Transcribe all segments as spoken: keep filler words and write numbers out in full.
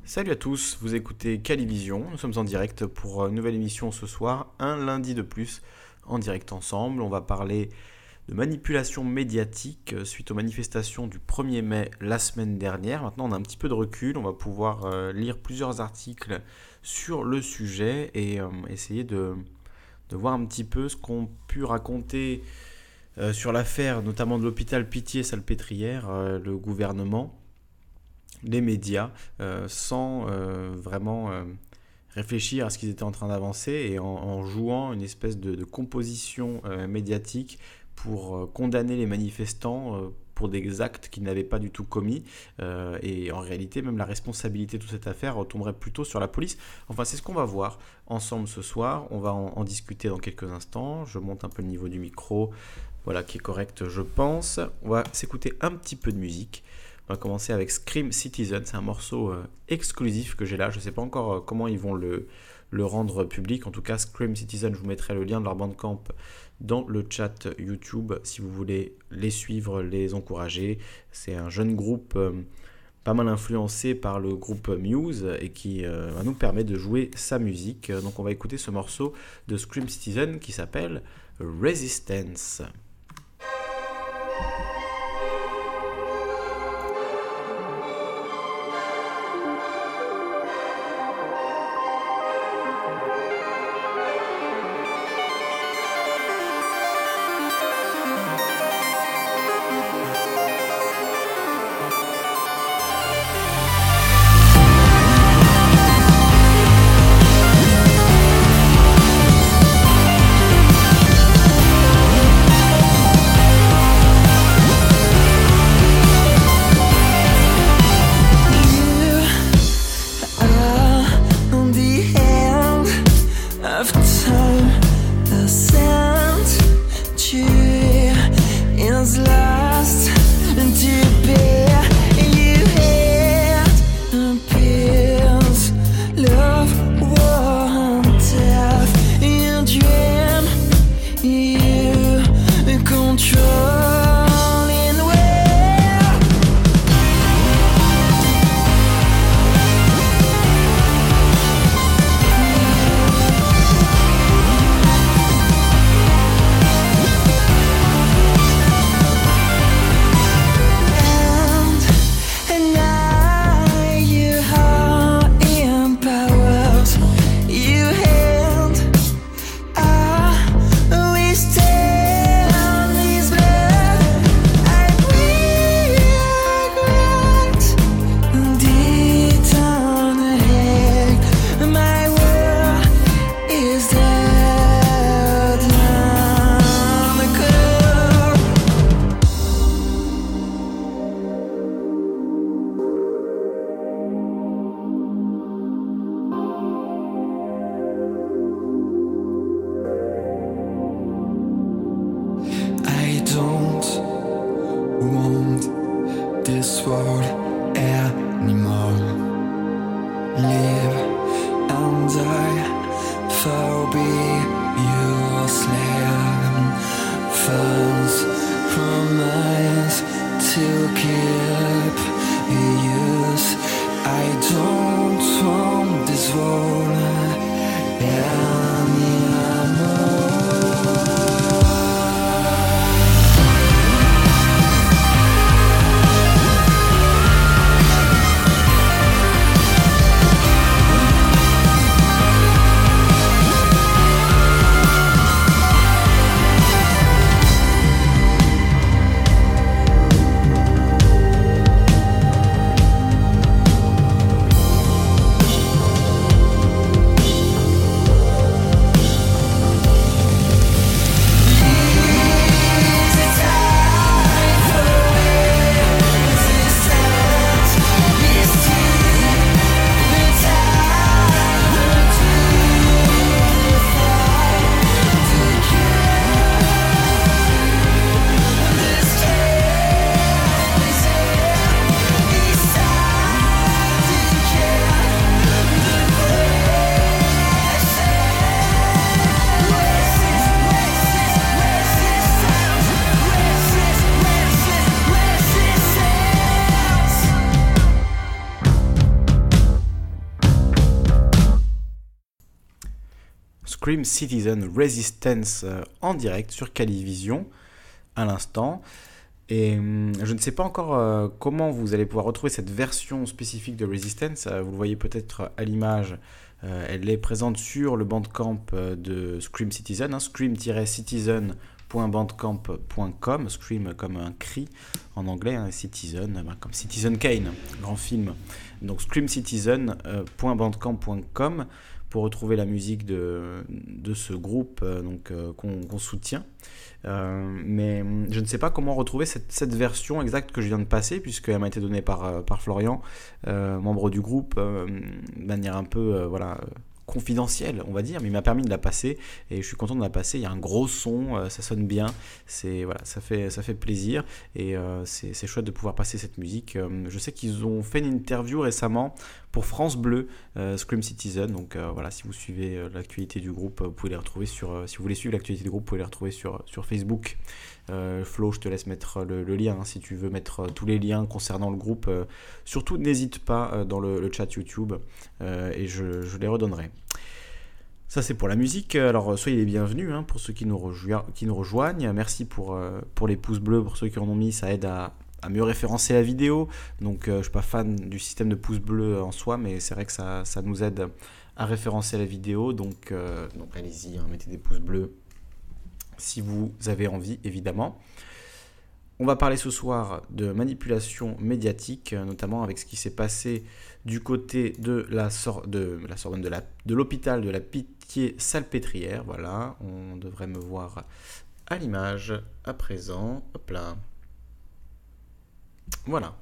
Salut à tous, vous écoutez Calivision, nous sommes en direct pour une nouvelle émission ce soir, un lundi de plus en direct ensemble. On va parler de manipulation médiatique suite aux manifestations du premier mai la semaine dernière. Maintenant on a un petit peu de recul, on va pouvoir euh, lire plusieurs articles sur le sujet et euh, essayer de, de voir un petit peu ce qu'ont pu raconter euh, sur l'affaire notamment de l'hôpital Pitié-Salpêtrière, euh, le gouvernement, les médias, euh, sans euh, vraiment euh, réfléchir à ce qu'ils étaient en train d'avancer et en, en jouant une espèce de, de composition euh, médiatique pour euh, condamner les manifestants euh, pour des actes qu'ils n'avaient pas du tout commis. Euh, et en réalité, même la responsabilité de toute cette affaire retomberait plutôt sur la police. Enfin, c'est ce qu'on va voir ensemble ce soir. On va en, en discuter dans quelques instants. Je monte un peu le niveau du micro, voilà, qui est correct, je pense. On va s'écouter un petit peu de musique. On va commencer avec Scream Citizen, c'est un morceau euh, exclusif que j'ai là, je ne sais pas encore euh, comment ils vont le, le rendre public, en tout cas Scream Citizen, je vous mettrai le lien de leur bandcamp dans le chat YouTube si vous voulez les suivre, les encourager. C'est un jeune groupe euh, pas mal influencé par le groupe Muse et qui euh, nous permet de jouer sa musique. Donc on va écouter ce morceau de Scream Citizen qui s'appelle Resistance. Scream Citizen Resistance euh, en direct sur Calivision à l'instant. Et hum, je ne sais pas encore euh, comment vous allez pouvoir retrouver cette version spécifique de Resistance. Euh, vous le voyez peut-être à l'image. Euh, elle est présente sur le Bandcamp euh, de Scream Citizen, hein, scream tiret citizen point bandcamp point com. Scream comme un cri en anglais, hein, Citizen, bah, comme Citizen Kane, grand film. Donc scream citizen point bandcamp point com pour retrouver la musique de, de ce groupe euh, donc, euh, qu'on, qu'on soutient. Euh, mais je ne sais pas comment retrouver cette, cette version exacte que je viens de passer, puisqu'elle m'a été donnée par, par Florian, euh, membre du groupe, euh, de manière un peu euh, voilà, confidentielle, on va dire, mais il m'a permis de la passer et je suis content de la passer. Il y a un gros son, euh, ça sonne bien, c'est, voilà, ça, fait, ça fait plaisir et euh, c'est, c'est chouette de pouvoir passer cette musique. Euh, je sais qu'ils ont fait une interview récemment pour France Bleu, euh, Scream Citizen. Donc euh, voilà, si vous suivez euh, l'actualité du groupe, vous pouvez les retrouver sur. Euh, si vous voulez suivre l'actualité du groupe, vous pouvez les retrouver sur, sur Facebook. Euh, Flo, je te laisse mettre le, le lien hein, si tu veux mettre euh, tous les liens concernant le groupe. Euh, surtout, n'hésite pas euh, dans le, le chat YouTube euh, et je, je les redonnerai. Ça, c'est pour la musique. Alors, soyez les bienvenus hein, pour ceux qui nous, rejoignent, qui nous rejoignent. Merci pour, euh, pour les pouces bleus, pour ceux qui en ont mis. Ça aide à, à mieux référencer la vidéo. Donc, euh, je ne suis pas fan du système de pouces bleus en soi, mais c'est vrai que ça, ça nous aide à référencer la vidéo. Donc, euh, donc allez-y, hein, mettez des pouces bleus si vous avez envie, évidemment. On va parler ce soir de manipulation médiatique, notamment avec ce qui s'est passé du côté de la, Sor- de la Sorbonne, de, la, de l'hôpital de la Pitié-Salpêtrière. Voilà, on devrait me voir à l'image à présent. Hop là. Voilà.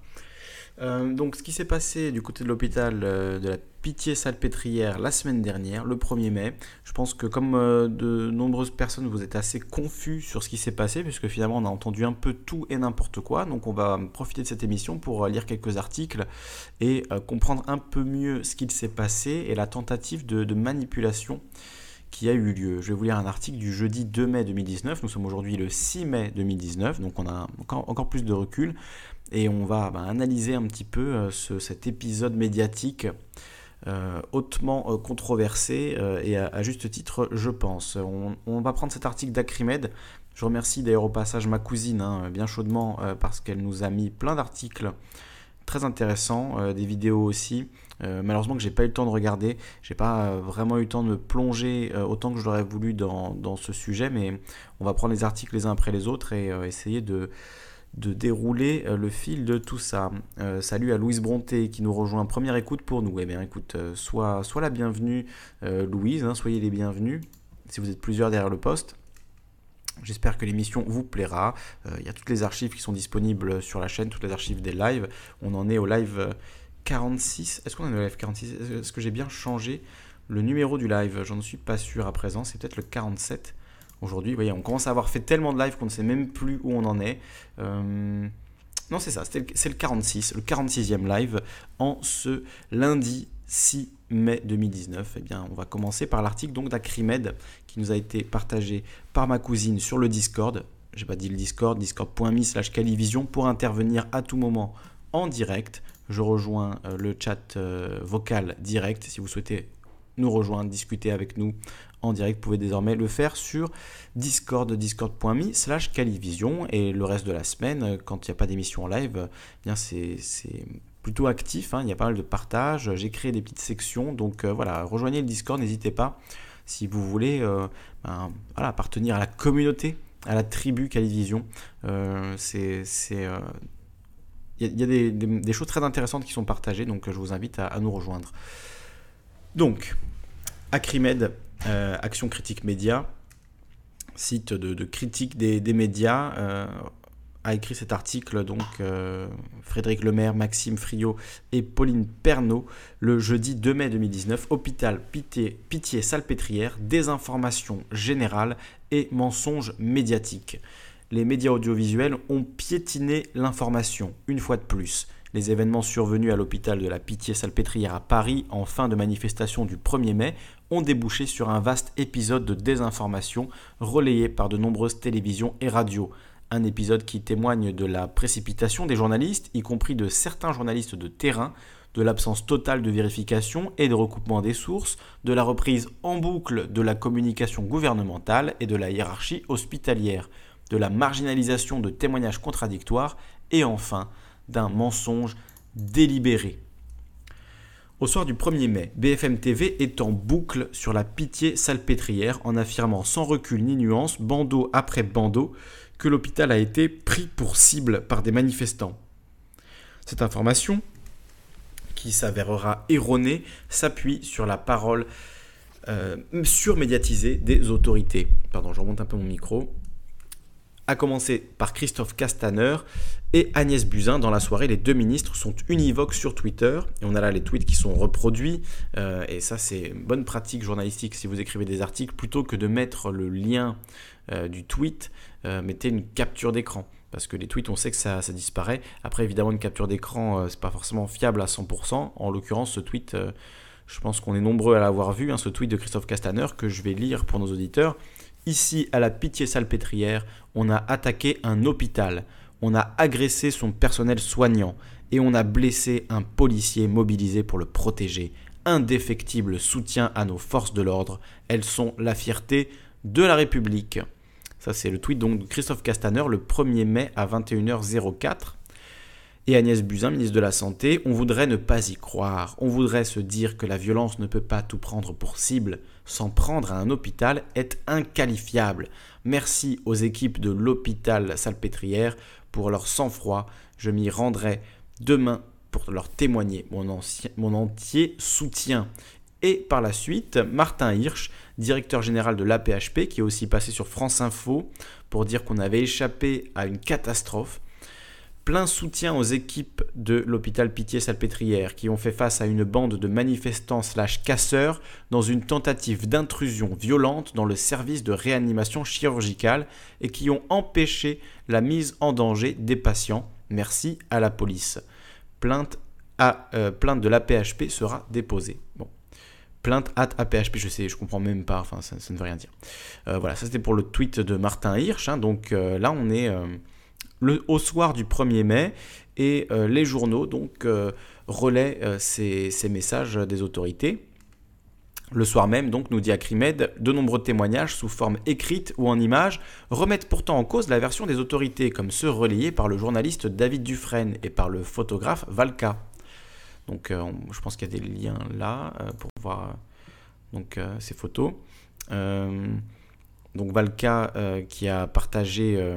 Euh, donc, ce qui s'est passé du côté de l'hôpital euh, de la Pitié-Salpêtrière la semaine dernière, le premier mai, je pense que comme euh, de nombreuses personnes, vous êtes assez confus sur ce qui s'est passé, puisque finalement, on a entendu un peu tout et n'importe quoi. Donc, on va profiter de cette émission pour euh, lire quelques articles et euh, comprendre un peu mieux ce qu'il s'est passé et la tentative de, de manipulation qui a eu lieu. Je vais vous lire un article du jeudi deux mai deux mille dix-neuf. Nous sommes aujourd'hui le six mai deux mille dix-neuf, donc on a encore, encore plus de recul. Et on va bah, analyser un petit peu euh, ce, cet épisode médiatique euh, hautement euh, controversé euh, et à, à juste titre, je pense. On, on va prendre cet article d'Acrimed. Je remercie d'ailleurs au passage ma cousine, hein, bien chaudement, euh, parce qu'elle nous a mis plein d'articles très intéressants, euh, des vidéos aussi. Euh, malheureusement que j'ai pas eu le temps de regarder, j'ai pas euh, vraiment eu le temps de me plonger euh, autant que je l'aurais voulu dans, dans ce sujet, mais on va prendre les articles les uns après les autres et euh, essayer de de dérouler euh, le fil de tout ça. Euh, salut à Louise Bronté qui nous rejoint. Première écoute pour nous. Eh bien écoute, euh, sois, sois la bienvenue euh, Louise, hein, soyez les bienvenus si vous êtes plusieurs derrière le poste. J'espère que l'émission vous plaira. Il euh, y a toutes les archives qui sont disponibles sur la chaîne, toutes les archives des lives. On en est au live quarante-six. Est-ce qu'on est au live quarante-six ? Est-ce que j'ai bien changé le numéro du live ? J'en suis pas sûr à présent. C'est peut-être le quarante-sept. Aujourd'hui, vous voyez, on commence à avoir fait tellement de live qu'on ne sait même plus où on en est. Euh... Non, c'est ça, le, c'est le quarante-six, le quarante-sixième live en ce lundi six mai deux mille dix-neuf. Eh bien, on va commencer par l'article donc d'Acrimed qui nous a été partagé par ma cousine sur le Discord. J'ai pas dit le Discord, discord point me slash calivision pour intervenir à tout moment en direct. Je rejoins euh, le chat euh, vocal direct si vous souhaitez nous rejoindre, discuter avec nous en direct, vous pouvez désormais le faire sur Discord, discord point me slash calivision et le reste de la semaine, quand il n'y a pas d'émission en live, eh bien c'est, c'est plutôt actif, hein, il y a pas mal de partage, j'ai créé des petites sections, donc euh, voilà, rejoignez le Discord, n'hésitez pas si vous voulez euh, ben, voilà, appartenir à la communauté, à la tribu Calivision. Euh, c'est... c'est euh, il y a des, des, des choses très intéressantes qui sont partagées, donc je vous invite à, à nous rejoindre. Donc, Acrimed, Euh, Action Critique Média, site de, de critique des, des médias, euh, a écrit cet article, donc euh, Frédéric Lemaire, Maxime Friot et Pauline Pernaud, le jeudi deux mai deux mille dix-neuf, hôpital Pitié, Pitié-Salpêtrière, désinformation générale et mensonges médiatiques. Les médias audiovisuels ont piétiné l'information, une fois de plus. Les événements survenus à l'hôpital de la Pitié-Salpêtrière à Paris en fin de manifestation du premier mai ont débouché sur un vaste épisode de désinformation relayé par de nombreuses télévisions et radios. Un épisode qui témoigne de la précipitation des journalistes, y compris de certains journalistes de terrain, de l'absence totale de vérification et de recoupement des sources, de la reprise en boucle de la communication gouvernementale et de la hiérarchie hospitalière, de la marginalisation de témoignages contradictoires et enfin d'un mensonge délibéré. Au soir du premier mai, B F M T V est en boucle sur la Pitié-Salpêtrière en affirmant sans recul ni nuance, bandeau après bandeau, que l'hôpital a été pris pour cible par des manifestants. Cette information, qui s'avérera erronée, s'appuie sur la parole euh, surmédiatisée des autorités. Pardon, je remonte un peu mon micro. À commencer par Christophe Castaner et Agnès Buzyn. Dans la soirée, les deux ministres sont univoques sur Twitter. Et on a là les tweets qui sont reproduits. Euh, et ça, c'est une bonne pratique journalistique si vous écrivez des articles. Plutôt que de mettre le lien euh, du tweet, euh, mettez une capture d'écran. Parce que les tweets, on sait que ça, ça disparaît. Après, évidemment, une capture d'écran, euh, c'est pas forcément fiable à cent pour cent. En l'occurrence, ce tweet, euh, je pense qu'on est nombreux à l'avoir vu, hein, ce tweet de Christophe Castaner que je vais lire pour nos auditeurs. Ici, à la Pitié-Salpêtrière, on a attaqué un hôpital, on a agressé son personnel soignant et on a blessé un policier mobilisé pour le protéger. Indéfectible soutien à nos forces de l'ordre, elles sont la fierté de la République. Ça, c'est le tweet donc de Christophe Castaner le premier mai à vingt et une heures quatre. Et Agnès Buzyn, ministre de la Santé, on voudrait ne pas y croire. On voudrait se dire que la violence ne peut pas tout prendre pour cible. S'en prendre à un hôpital est inqualifiable. Merci aux équipes de l'hôpital Salpêtrière pour leur sang-froid. Je m'y rendrai demain pour leur témoigner mon, ancien, mon entier soutien. Et par la suite, Martin Hirsch, directeur général de l'A P H P, qui est aussi passé sur France Info pour dire qu'on avait échappé à une catastrophe. Plein soutien aux équipes de l'hôpital Pitié-Salpêtrière qui ont fait face à une bande de manifestants slash casseurs dans une tentative d'intrusion violente dans le service de réanimation chirurgicale et qui ont empêché la mise en danger des patients. Merci à la police. Plainte, à, euh, plainte de l'A P H P sera déposée. Bon. Plainte at A P H P, je sais, je comprends même pas, enfin ça, ça ne veut rien dire. Euh, voilà, ça c'était pour le tweet de Martin Hirsch. Hein, donc euh, là on est... Euh, Le, au soir du premier mai et euh, les journaux donc euh, relaient euh, ces, ces messages des autorités. Le soir même, donc, nous dit Acrimed, de nombreux témoignages sous forme écrite ou en images remettent pourtant en cause la version des autorités, comme ceux relayés par le journaliste David Dufresne et par le photographe Valka. Donc euh, on, je pense qu'il y a des liens là euh, pour voir euh, donc, euh, ces photos. Euh, donc Valka euh, qui a partagé... Euh,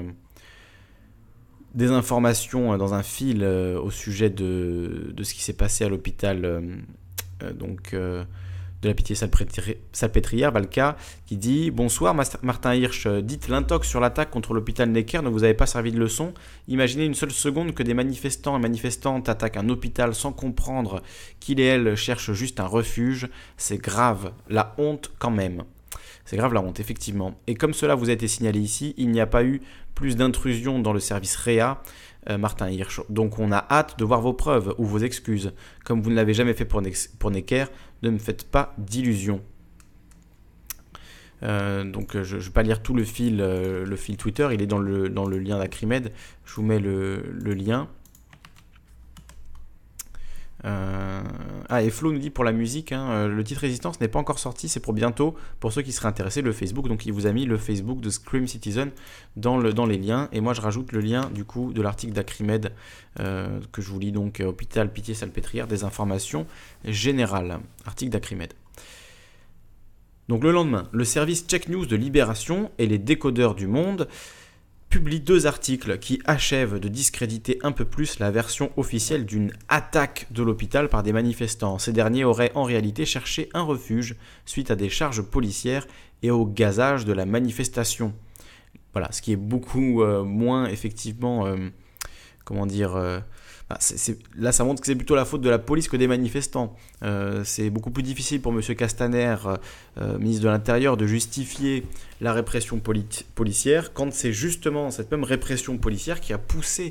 des informations dans un fil euh, au sujet de, de ce qui s'est passé à l'hôpital euh, euh, donc, euh, de la Pitié-Salpêtrière, Valka, qui dit « Bonsoir Martin Hirsch, dites l'intox sur l'attaque contre l'hôpital Necker ne vous avez pas servi de leçon. Imaginez une seule seconde que des manifestants et manifestantes attaquent un hôpital sans comprendre qu'il et elle cherchent juste un refuge. C'est grave, la honte quand même. » C'est grave la honte, effectivement. Et comme cela vous a été signalé ici, il n'y a pas eu plus d'intrusion dans le service Réa, euh, Martin Hirsch. Donc on a hâte de voir vos preuves ou vos excuses. Comme vous ne l'avez jamais fait pour, ne- pour Necker, ne me faites pas d'illusions. Euh, donc je ne vais pas lire tout le fil, euh, le fil Twitter, il est dans le, dans le lien d'Acrimed. Je vous mets le, le lien. Euh... Ah, et Flo nous dit pour la musique, hein, le titre Résistance n'est pas encore sorti, c'est pour bientôt. Pour ceux qui seraient intéressés, le Facebook, donc il vous a mis le Facebook de Scream Citizen dans, le, dans les liens. Et moi je rajoute le lien du coup de l'article d'Acrimed euh, que je vous lis, donc euh, Hôpital Pitié-Salpêtrière, des informations générales. Article d'Acrimed. Donc le lendemain, le service Check News de Libération et les décodeurs du Monde publie deux articles qui achèvent de discréditer un peu plus la version officielle d'une attaque de l'hôpital par des manifestants. Ces derniers auraient en réalité cherché un refuge suite à des charges policières et au gazage de la manifestation. Voilà, ce qui est beaucoup euh, moins effectivement, euh, comment dire, euh, bah, c'est, c'est, là ça montre que c'est plutôt la faute de la police que des manifestants. Euh, c'est beaucoup plus difficile pour M. Castaner, euh, ministre de l'Intérieur, de justifier la répression poli- policière quand c'est justement cette même répression policière qui a poussé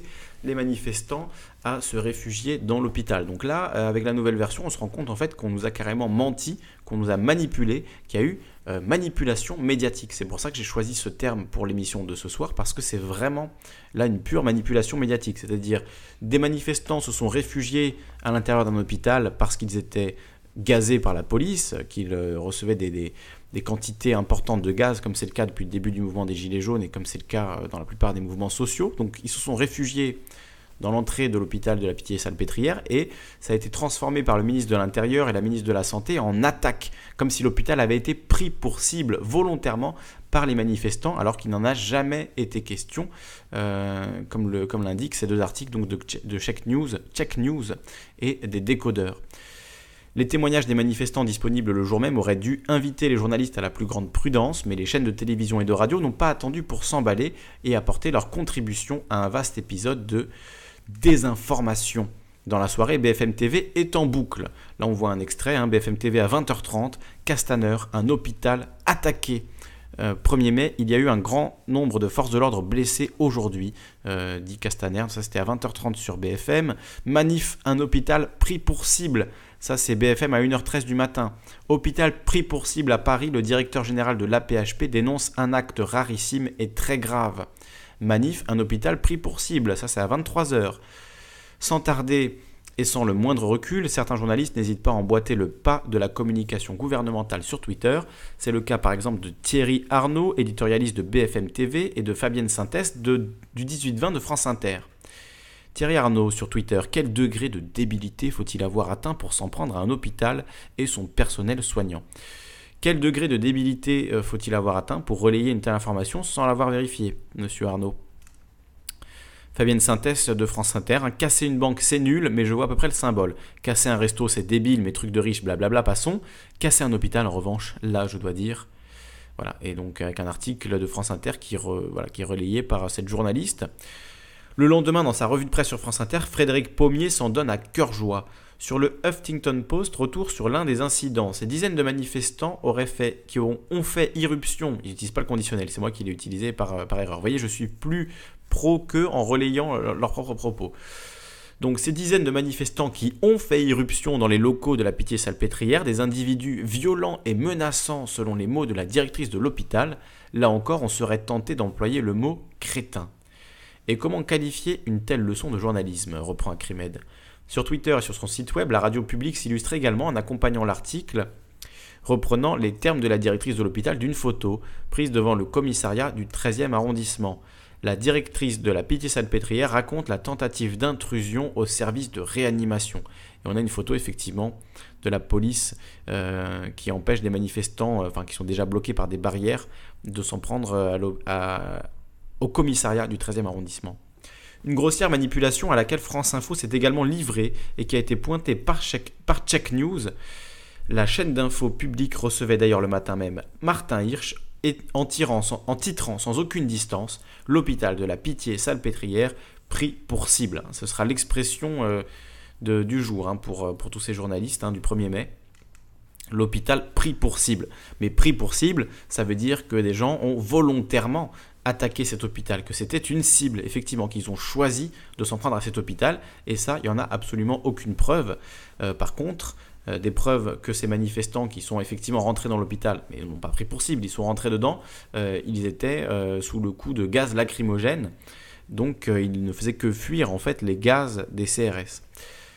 les manifestants à se réfugier dans l'hôpital. Donc là, euh, avec la nouvelle version, on se rend compte en fait qu'on nous a carrément menti, qu'on nous a manipulé, qu'il y a eu euh, manipulation médiatique. C'est pour ça que j'ai choisi ce terme pour l'émission de ce soir, parce que c'est vraiment là une pure manipulation médiatique. C'est-à-dire des manifestants se sont réfugiés à l'intérieur d'un hôpital parce qu'ils étaient gazés par la police, qu'ils euh, recevaient des, des, des quantités importantes de gaz, comme c'est le cas depuis le début du mouvement des Gilets jaunes et comme c'est le cas dans la plupart des mouvements sociaux. Donc ils se sont réfugiés dans l'entrée de l'hôpital de la Pitié-Salpêtrière et ça a été transformé par le ministre de l'Intérieur et la ministre de la Santé en attaque, comme si l'hôpital avait été pris pour cible volontairement par les manifestants, alors qu'il n'en a jamais été question, euh, comme, le, comme l'indiquent ces deux articles donc de, de Check News, Check News et des décodeurs. Les témoignages des manifestants disponibles le jour même auraient dû inviter les journalistes à la plus grande prudence, mais les chaînes de télévision et de radio n'ont pas attendu pour s'emballer et apporter leur contribution à un vaste épisode de désinformation. Dans la soirée, B F M T V est en boucle. Là, on voit un extrait, hein, B F M T V à vingt heures trente, Castaner, un hôpital attaqué. Euh, premier mai, il y a eu un grand nombre de forces de l'ordre blessées aujourd'hui, euh, dit Castaner. Ça, c'était à vingt heures trente sur B F M. Manif, un hôpital pris pour cible. Ça, c'est B F M à une heure treize du matin. Hôpital pris pour cible à Paris, le directeur général de l'A P H P dénonce un acte rarissime et très grave. Manif, un hôpital pris pour cible. Ça, c'est à vingt-trois heures. Sans tarder et sans le moindre recul, certains journalistes n'hésitent pas à emboîter le pas de la communication gouvernementale sur Twitter. C'est le cas par exemple de Thierry Arnaud, éditorialiste de B F M T V, et de Fabienne Sintès de, du dix-huit vingt de France Inter. Thierry Arnaud sur Twitter, quel degré de débilité faut-il avoir atteint pour s'en prendre à un hôpital et son personnel soignant ? Quel degré de débilité faut-il avoir atteint pour relayer une telle information sans l'avoir vérifiée, monsieur Arnaud ? Fabienne Sintès de France Inter, hein, casser une banque c'est nul, mais je vois à peu près le symbole. Casser un resto c'est débile, mais truc de riche, blablabla, passons. Casser un hôpital en revanche, là je dois dire. Voilà, et donc avec un article de France Inter qui, re, voilà, qui est relayé par cette journaliste. Le lendemain, dans sa revue de presse sur France Inter, Frédéric Pommier s'en donne à cœur joie. Sur le Huffington Post, retour sur l'un des incidents. Ces dizaines de manifestants auraient fait, qui ont, ont fait irruption. Ils n'utilisent pas le conditionnel, c'est moi qui l'ai utilisé par, par erreur. Vous voyez, je suis plus pro qu'eux en relayant leurs propres propos. Donc ces dizaines de manifestants qui ont fait irruption dans les locaux de la Pitié-Salpêtrière, des individus violents et menaçants selon les mots de la directrice de l'hôpital, là encore on serait tenté d'employer le mot « crétin ». Et comment qualifier une telle leçon de journalisme, reprend Acrimed. Sur Twitter et sur son site web, la radio publique s'illustre également en accompagnant l'article, reprenant les termes de la directrice de l'hôpital d'une photo prise devant le commissariat du treizième arrondissement. La directrice de la Pitié-Salpêtrière raconte la tentative d'intrusion au service de réanimation. Et on a une photo effectivement de la police euh, qui empêche des manifestants, euh, enfin qui sont déjà bloqués par des barrières, de s'en prendre à, à, au commissariat du treizième arrondissement. Une grossière manipulation à laquelle France Info s'est également livrée et qui a été pointée par Check, par Check News. La chaîne d'info publique recevait d'ailleurs le matin même Martin Hirsch et en, tirant, en titrant sans aucune distance l'hôpital de la Pitié-Salpêtrière pris pour cible. Ce sera l'expression euh, de, du jour hein, pour, pour tous ces journalistes hein, du premier mai. L'hôpital pris pour cible. Mais pris pour cible, ça veut dire que des gens ont volontairement attaqué cet hôpital, que c'était une cible, effectivement, qu'ils ont choisi de s'en prendre à cet hôpital, et ça, il n'y en a absolument aucune preuve. Euh, par contre, euh, des preuves que ces manifestants qui sont effectivement rentrés dans l'hôpital, mais ils n'ont pas pris pour cible, ils sont rentrés dedans, euh, ils étaient euh, sous le coup de gaz lacrymogène, donc euh, ils ne faisaient que fuir en fait les gaz des C R S.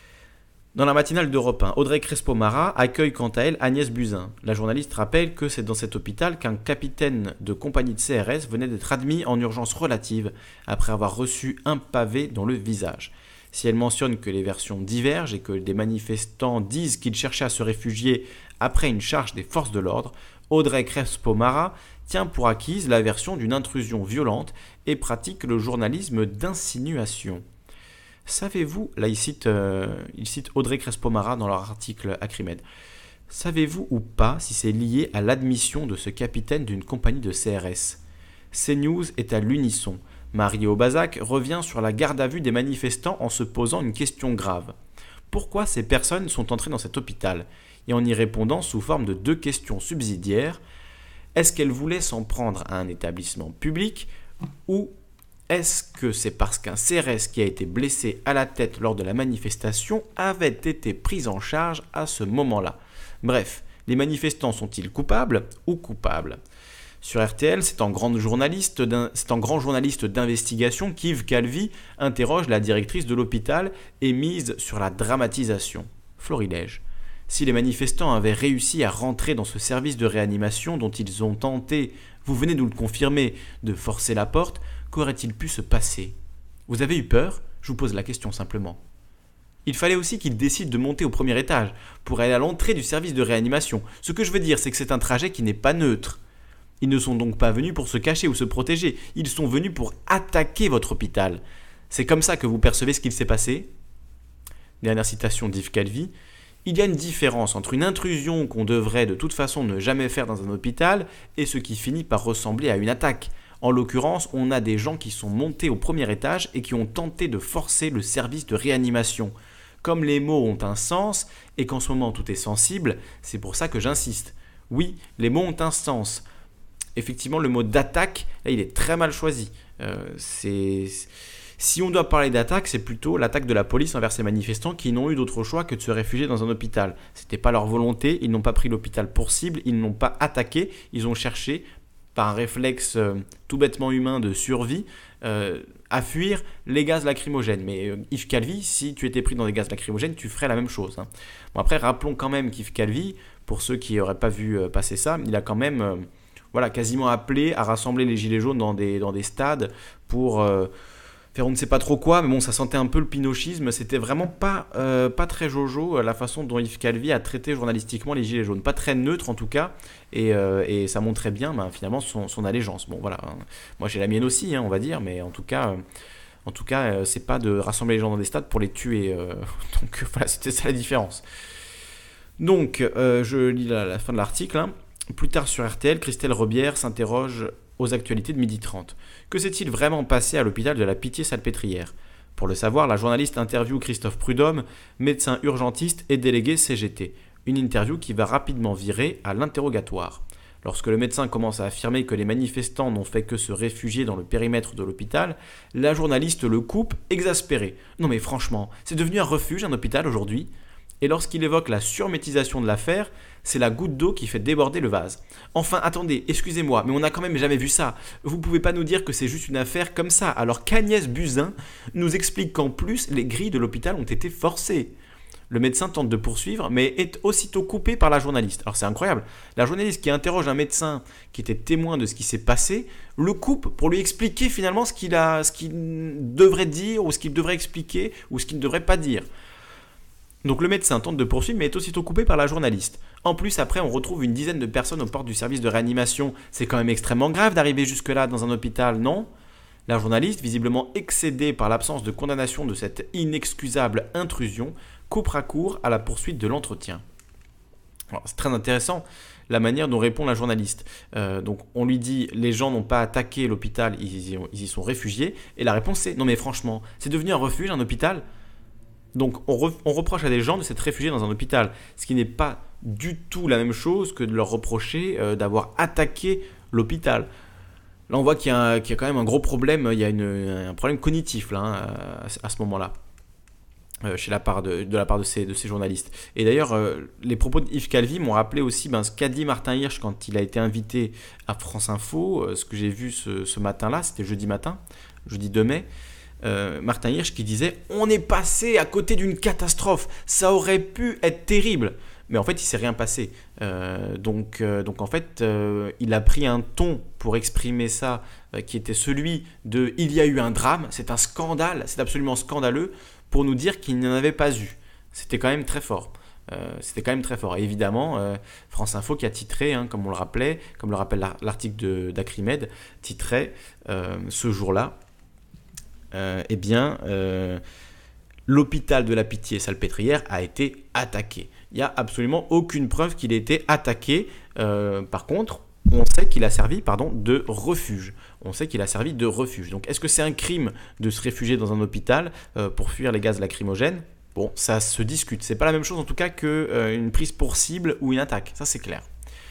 Dans la matinale d'Europe un, Audrey Crespo-Mara accueille quant à elle Agnès Buzyn. La journaliste rappelle que c'est dans cet hôpital qu'un capitaine de compagnie de C R S venait d'être admis en urgence relative après avoir reçu un pavé dans le visage. Si elle mentionne que les versions divergent et que des manifestants disent qu'ils cherchaient à se réfugier après une charge des forces de l'ordre, Audrey Crespo-Mara tient pour acquise la version d'une intrusion violente et pratique le journalisme d'insinuation. Savez-vous, là il cite, euh, il cite Audrey Crespo-Mara dans leur article Acrimed, savez-vous ou pas si c'est lié à l'admission de ce capitaine d'une compagnie de C R S ? CNews est à l'unisson. Marie Aubazac revient sur la garde à vue des manifestants en se posant une question grave. Pourquoi ces personnes sont entrées dans cet hôpital ? Et en y répondant sous forme de deux questions subsidiaires. Est-ce qu'elles voulaient s'en prendre à un établissement public ou Est-ce que c'est parce qu'un C R S qui a été blessé à la tête lors de la manifestation avait été pris en charge à ce moment-là? Bref, les manifestants sont-ils coupables ou coupables? Sur R T L, c'est en, grande journaliste c'est en grand journaliste d'investigation qu'Yves Calvi interroge la directrice de l'hôpital et mise sur la dramatisation. Florilège. Si les manifestants avaient réussi à rentrer dans ce service de réanimation dont ils ont tenté, vous venez de nous le confirmer, de forcer la porte, qu'aurait-il pu se passer? Vous avez eu peur? Je vous pose la question simplement. Il fallait aussi qu'ils décident de monter au premier étage pour aller à l'entrée du service de réanimation. Ce que je veux dire, c'est que c'est un trajet qui n'est pas neutre. Ils ne sont donc pas venus pour se cacher ou se protéger, ils sont venus pour attaquer votre hôpital. C'est comme ça que vous percevez ce qu'il s'est passé? Dernière citation d'Yves Calvi. Il y a une différence entre une intrusion qu'on devrait de toute façon ne jamais faire dans un hôpital et ce qui finit par ressembler à une attaque. En l'occurrence, on a des gens qui sont montés au premier étage et qui ont tenté de forcer le service de réanimation. Comme les mots ont un sens et qu'en ce moment tout est sensible, c'est pour ça que j'insiste. Oui, les mots ont un sens. Effectivement, le mot d'attaque, là, il est très mal choisi. Euh, c'est... Si on doit parler d'attaque, c'est plutôt l'attaque de la police envers ces manifestants qui n'ont eu d'autre choix que de se réfugier dans un hôpital. Ce n'était pas leur volonté, ils n'ont pas pris l'hôpital pour cible, ils n'ont pas attaqué, ils ont cherché, par un réflexe euh, tout bêtement humain de survie, euh, à fuir les gaz lacrymogènes. Mais euh, Yves Calvi, si tu étais pris dans des gaz lacrymogènes, tu ferais la même chose. Hein. Bon, après, rappelons quand même qu'Yves Calvi, pour ceux qui n'auraient pas vu euh, passer ça, il a quand même... Euh, Voilà, quasiment appelé à rassembler les gilets jaunes dans des, dans des stades pour euh, faire on ne sait pas trop quoi, mais bon, ça sentait un peu le pinochisme. C'était vraiment pas, euh, pas très jojo la façon dont Yves Calvi a traité journalistiquement les gilets jaunes. Pas très neutre en tout cas, et, euh, et ça montrait bien ben, finalement son, son allégeance. Bon voilà, moi j'ai la mienne aussi, hein, on va dire, mais en tout cas, euh, en tout cas euh, c'est pas de rassembler les gens dans des stades pour les tuer. Euh, donc voilà, c'était ça la différence. Donc, euh, je lis la, la fin de l'article, hein. Plus tard sur R T L, Christelle Rebière s'interroge aux actualités de midi trente. Que s'est-il vraiment passé à l'hôpital de la Pitié-Salpêtrière? Pour le savoir, la journaliste interviewe Christophe Prudhomme, médecin urgentiste et délégué C G T. Une interview qui va rapidement virer à l'interrogatoire. Lorsque le médecin commence à affirmer que les manifestants n'ont fait que se réfugier dans le périmètre de l'hôpital, la journaliste le coupe, exaspérée. Non mais franchement, c'est devenu un refuge, un hôpital aujourd'hui? Et lorsqu'il évoque la surmétisation de l'affaire, c'est la goutte d'eau qui fait déborder le vase. Enfin, attendez, excusez-moi, mais on n'a quand même jamais vu ça. Vous pouvez pas nous dire que c'est juste une affaire comme ça, alors qu'Agnès Buzyn nous explique qu'en plus, les grilles de l'hôpital ont été forcées. Le médecin tente de poursuivre, mais est aussitôt coupé par la journaliste. Alors c'est incroyable, la journaliste qui interroge un médecin qui était témoin de ce qui s'est passé, le coupe pour lui expliquer finalement ce qu'il a, ce qu'il devrait dire, ou ce qu'il devrait expliquer, ou ce qu'il ne devrait pas dire. Donc le médecin tente de poursuivre mais est aussitôt coupé par la journaliste. En plus, après, on retrouve une dizaine de personnes aux portes du service de réanimation. C'est quand même extrêmement grave d'arriver jusque-là dans un hôpital, non? La journaliste, visiblement excédée par l'absence de condamnation de cette inexcusable intrusion, coupera court à la poursuite de l'entretien. Alors, c'est très intéressant la manière dont répond la journaliste. Euh, donc on lui dit les gens n'ont pas attaqué l'hôpital, ils y, ont, ils y sont réfugiés. Et la réponse c'est non mais franchement, c'est devenu un refuge, un hôpital. Donc on, re, on reproche à des gens de s'être réfugiés dans un hôpital, ce qui n'est pas du tout la même chose que de leur reprocher euh, d'avoir attaqué l'hôpital. Là on voit qu'il y, a, qu'il y a quand même un gros problème, il y a une, un problème cognitif là, hein, à, à ce moment-là, euh, chez la part de, de la part de ces, de ces journalistes. Et d'ailleurs, euh, les propos de Yves Calvi m'ont rappelé aussi ben, ce qu'a dit Martin Hirsch quand il a été invité à France Info, euh, ce que j'ai vu ce, ce matin-là, c'était jeudi matin, jeudi deux mai. Euh, Martin Hirsch qui disait « On est passé à côté d'une catastrophe, ça aurait pu être terrible ». Mais en fait, il ne s'est rien passé. Euh, donc, euh, donc en fait, euh, il a pris un ton pour exprimer ça euh, qui était celui de « Il y a eu un drame, c'est un scandale, c'est absolument scandaleux » pour nous dire qu'il n'y en avait pas eu. C'était quand même très fort. Euh, c'était quand même très fort. Et évidemment, euh, France Info qui a titré, hein, comme on le rappelait, comme le rappelle l'article de, d'Acrimed, titrait euh, ce jour-là, Euh, eh bien, euh, l'hôpital de la Pitié-Salpêtrière a été attaqué. Il n'y a absolument aucune preuve qu'il ait été attaqué. Euh, par contre, on sait qu'il a servi pardon, de refuge. On sait qu'il a servi de refuge. Donc, est-ce que c'est un crime de se réfugier dans un hôpital euh, pour fuir les gaz lacrymogènes? Bon, ça se discute. C'est pas la même chose en tout cas qu'une euh, prise pour cible ou une attaque. Ça, c'est clair.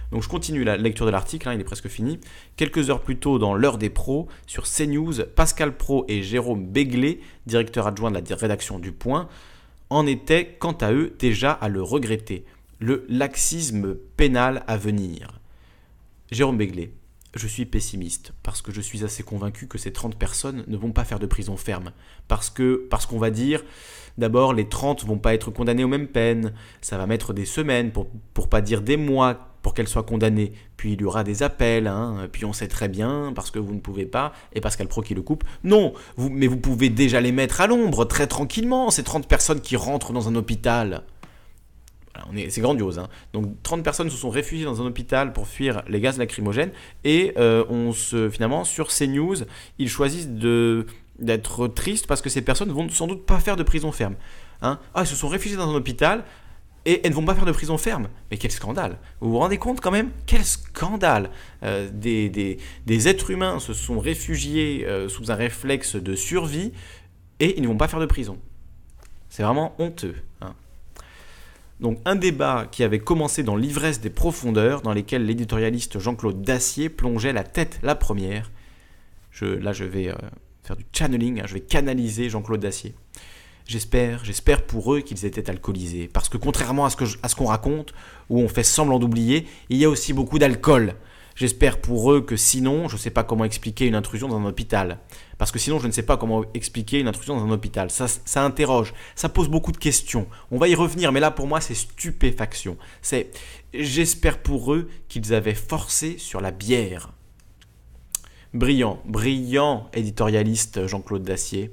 Donc je continue la lecture de l'article, hein, il est presque fini. Quelques heures plus tôt, dans l'heure des pros, sur CNews, Pascal Praud et Jérôme Béglé, directeur adjoint de la rédaction du Point, en étaient, quant à eux, déjà à le regretter. Le laxisme pénal à venir. Jérôme Béglé. Je suis pessimiste parce que je suis assez convaincu que ces trente personnes ne vont pas faire de prison ferme. Parce que, parce qu'on va dire, d'abord, les trente ne vont pas être condamnées aux mêmes peines. Ça va mettre des semaines, pour, pour pas dire des mois, pour qu'elles soient condamnées. Puis il y aura des appels, hein. Puis on sait très bien, parce que vous ne pouvez pas, et Pascal Praud qui le coupe. Non, vous, mais vous pouvez déjà les mettre à l'ombre, très tranquillement, ces trente personnes qui rentrent dans un hôpital. On est, c'est grandiose. Hein. Donc trente personnes se sont réfugiées dans un hôpital pour fuir les gaz lacrymogènes et euh, on se, finalement sur CNews, ils choisissent de, d'être tristes parce que ces personnes vont sans doute pas faire de prison ferme. Hein. Ah, ils se sont réfugiés dans un hôpital et elles ne vont pas faire de prison ferme. Mais quel scandale. Vous vous rendez compte quand même? Quel scandale. euh, des, des, des êtres humains se sont réfugiés euh, sous un réflexe de survie et ils ne vont pas faire de prison. C'est vraiment honteux. Hein. Donc un débat qui avait commencé dans l'ivresse des profondeurs, dans lesquelles l'éditorialiste Jean-Claude Dacier plongeait la tête la première. Je, là, je vais euh, faire du channeling, hein, je vais canaliser Jean-Claude Dacier. J'espère, j'espère pour eux qu'ils étaient alcoolisés, parce que contrairement à ce, que je, à ce qu'on raconte, où on fait semblant d'oublier, il y a aussi beaucoup d'alcool. J'espère pour eux que sinon, je ne sais pas comment expliquer une intrusion dans un hôpital. Parce que sinon, je ne sais pas comment expliquer une intrusion dans un hôpital. Ça, ça interroge, ça pose beaucoup de questions. On va y revenir, mais là, pour moi, c'est stupéfaction. C'est, j'espère pour eux qu'ils avaient forcé sur la bière. Brillant, brillant éditorialiste Jean-Claude Dacier.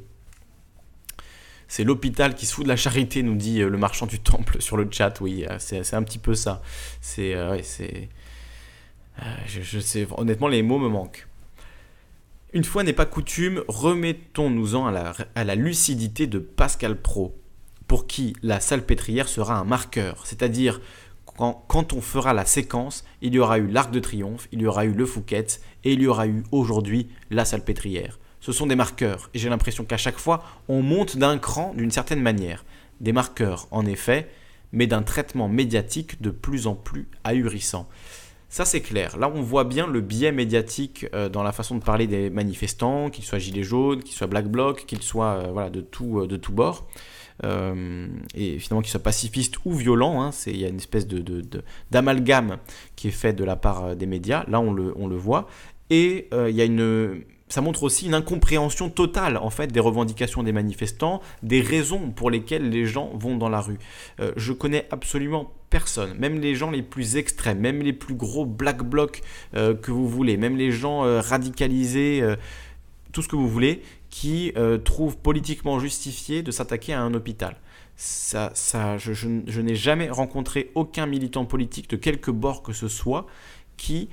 C'est l'hôpital qui se fout de la charité, nous dit le marchand du temple sur le chat. Oui, c'est, c'est un petit peu ça. C'est... Euh, ouais, c'est... Je, je sais, honnêtement, les mots me manquent. Une fois n'est pas coutume, remettons-nous-en à la, à la lucidité de Pascal Praud, pour qui la salpêtrière sera un marqueur. C'est-à-dire, quand, quand on fera la séquence, il y aura eu l'Arc de Triomphe, il y aura eu le Fouquet's, et il y aura eu aujourd'hui la salpêtrière. Ce sont des marqueurs, et j'ai l'impression qu'à chaque fois, on monte d'un cran d'une certaine manière. Des marqueurs, en effet, mais d'un traitement médiatique de plus en plus ahurissant. Ça, c'est clair. Là, on voit bien le biais médiatique euh, dans la façon de parler des manifestants, qu'ils soient gilets jaunes, qu'ils soient black bloc, qu'ils soient euh, voilà, de tout, euh, de tout bord. Euh, et finalement, qu'ils soient pacifistes ou violents. Hein, c'est, il y a une espèce de, de, de, d'amalgame qui est fait de la part des médias. Là, on le, on le voit. Et euh, il y a une... ça montre aussi une incompréhension totale en fait des revendications des manifestants, des raisons pour lesquelles les gens vont dans la rue. Euh, je connais absolument personne, même les gens les plus extrêmes, même les plus gros black blocs euh, que vous voulez, même les gens euh, radicalisés, euh, tout ce que vous voulez, qui euh, trouvent politiquement justifié de s'attaquer à un hôpital. Ça, ça, je, je, je n'ai jamais rencontré aucun militant politique de quelque bord que ce soit qui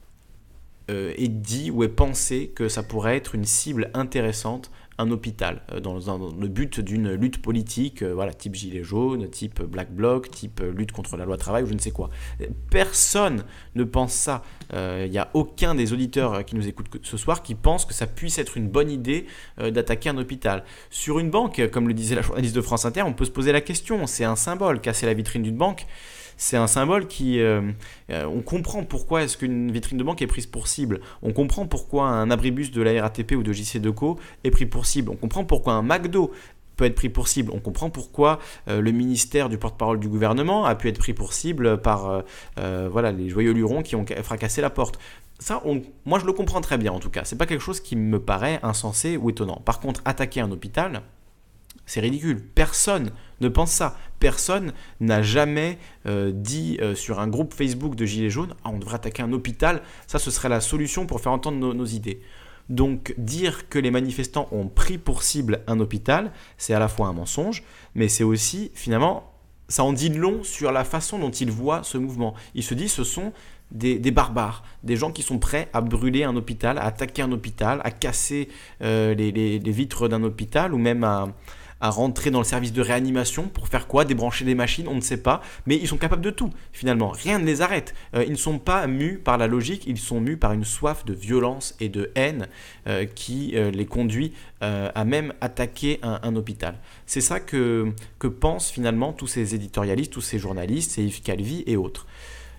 Euh, est dit ou est pensé que ça pourrait être une cible intéressante, un hôpital, euh, dans, dans le but d'une lutte politique, euh, voilà, type gilet jaune, type black bloc, type euh, lutte contre la loi travail ou je ne sais quoi. Personne ne pense ça. Il euh, n'y a aucun des auditeurs qui nous écoutent ce soir qui pense que ça puisse être une bonne idée euh, d'attaquer un hôpital. Sur une banque, comme le disait la journaliste de France Inter, on peut se poser la question, c'est un symbole, casser la vitrine d'une banque. C'est un symbole qui... Euh, euh, on comprend pourquoi est-ce qu'une vitrine de banque est prise pour cible. On comprend pourquoi un abribus de la R A T P ou de J C Decaux est pris pour cible. On comprend pourquoi un McDo peut être pris pour cible. On comprend pourquoi euh, le ministère du porte-parole du gouvernement a pu être pris pour cible par euh, euh, voilà, les joyeux lurons qui ont fracassé la porte. Ça, on, moi je le comprends très bien en tout cas. C'est pas quelque chose qui me paraît insensé ou étonnant. Par contre, attaquer un hôpital... c'est ridicule. Personne ne pense ça. Personne n'a jamais euh, dit euh, sur un groupe Facebook de Gilets jaunes ah, on devrait attaquer un hôpital. Ça, ce serait la solution pour faire entendre nos, nos idées. Donc, dire que les manifestants ont pris pour cible un hôpital, c'est à la fois un mensonge, mais c'est aussi, finalement, ça en dit long sur la façon dont ils voient ce mouvement. Ils se disent ce sont Des, des barbares, des gens qui sont prêts à brûler un hôpital, à attaquer un hôpital, à casser euh, les, les, les vitres d'un hôpital ou même à, à rentrer dans le service de réanimation pour faire quoi? Débrancher des machines, on ne sait pas, mais ils sont capables de tout finalement, rien ne les arrête. Euh, ils ne sont pas mus par la logique, ils sont mus par une soif de violence et de haine euh, qui euh, les conduit euh, à même attaquer un, un hôpital. C'est ça que, que pensent finalement tous ces éditorialistes, tous ces journalistes, ces Yves Calvi et autres.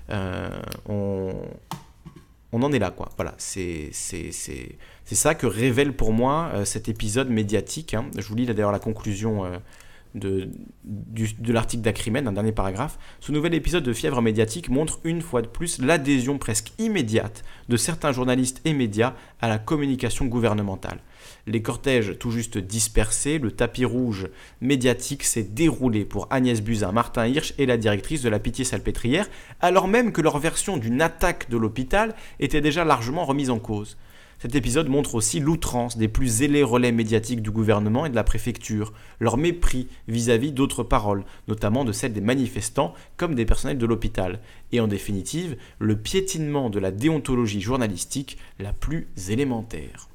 Euh, on, on en est là, quoi. Voilà, c'est, c'est, c'est, c'est ça que révèle pour moi euh, cet épisode médiatique. Hein. Je vous lis là, d'ailleurs la conclusion euh, de, du, de l'article d'Acrimède, un dernier paragraphe. Ce nouvel épisode de fièvre médiatique montre une fois de plus l'adhésion presque immédiate de certains journalistes et médias à la communication gouvernementale. Les cortèges tout juste dispersés, le tapis rouge médiatique s'est déroulé pour Agnès Buzyn, Martin Hirsch et la directrice de la Pitié-Salpêtrière, alors même que leur version d'une attaque de l'hôpital était déjà largement remise en cause. Cet épisode montre aussi l'outrance des plus zélés relais médiatiques du gouvernement et de la préfecture, leur mépris vis-à-vis d'autres paroles, notamment de celles des manifestants comme des personnels de l'hôpital, et en définitive, le piétinement de la déontologie journalistique la plus élémentaire.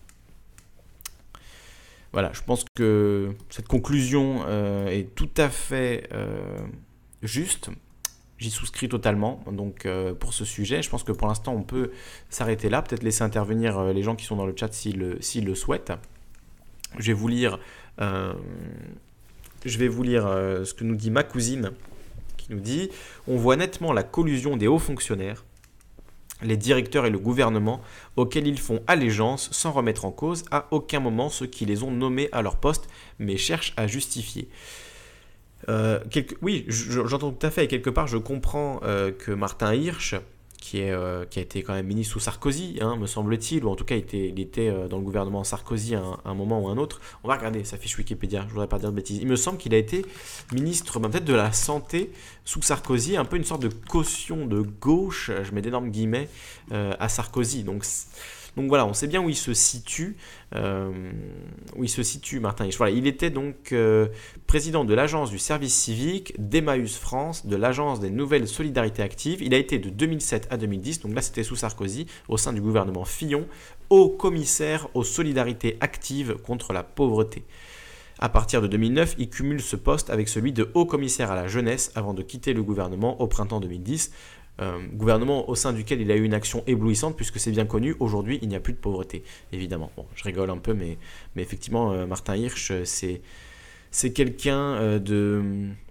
Voilà, je pense que cette conclusion euh, est tout à fait euh, juste. J'y souscris totalement donc, euh, pour ce sujet. Je pense que pour l'instant, on peut s'arrêter là. Peut-être laisser intervenir euh, les gens qui sont dans le chat s'ils, s'ils le souhaitent. Je vais vous lire, euh, je vais vous lire euh, ce que nous dit ma cousine, qui nous dit « On voit nettement la collusion des hauts fonctionnaires, les directeurs et le gouvernement, auxquels ils font allégeance sans remettre en cause à aucun moment ceux qui les ont nommés à leur poste, mais cherchent à justifier. » Euh, quelque, oui, je, j'entends tout à fait, et quelque part je comprends euh, que Martin Hirsch, qui, est, euh, qui a été quand même ministre sous Sarkozy, hein, me semble-t-il, ou en tout cas il était, il était euh, dans le gouvernement Sarkozy à un, à un moment ou un autre. On va regarder sa fiche Wikipédia, je ne voudrais pas dire de bêtises. Il me semble qu'il a été ministre ben, peut-être de la Santé sous Sarkozy, un peu une sorte de caution de gauche, je mets d'énormes guillemets, euh, à Sarkozy. Donc, donc voilà, on sait bien où il se situe, euh, où il se situe Martin Hirsch. Voilà, il était donc euh, président de l'agence du service civique, d'Emmaüs France, de l'agence des nouvelles solidarités actives. Il a été de deux mille sept à deux mille dix, donc là c'était sous Sarkozy, au sein du gouvernement Fillon, haut commissaire aux solidarités actives contre la pauvreté. À partir de deux mille neuf, il cumule ce poste avec celui de haut commissaire à la jeunesse avant de quitter le gouvernement au printemps deux mille dix. Euh, gouvernement au sein duquel il a eu une action éblouissante puisque c'est bien connu, aujourd'hui il n'y a plus de pauvreté, évidemment. Bon, je rigole un peu, mais, mais effectivement, euh, Martin Hirsch, c'est, c'est quelqu'un euh, de,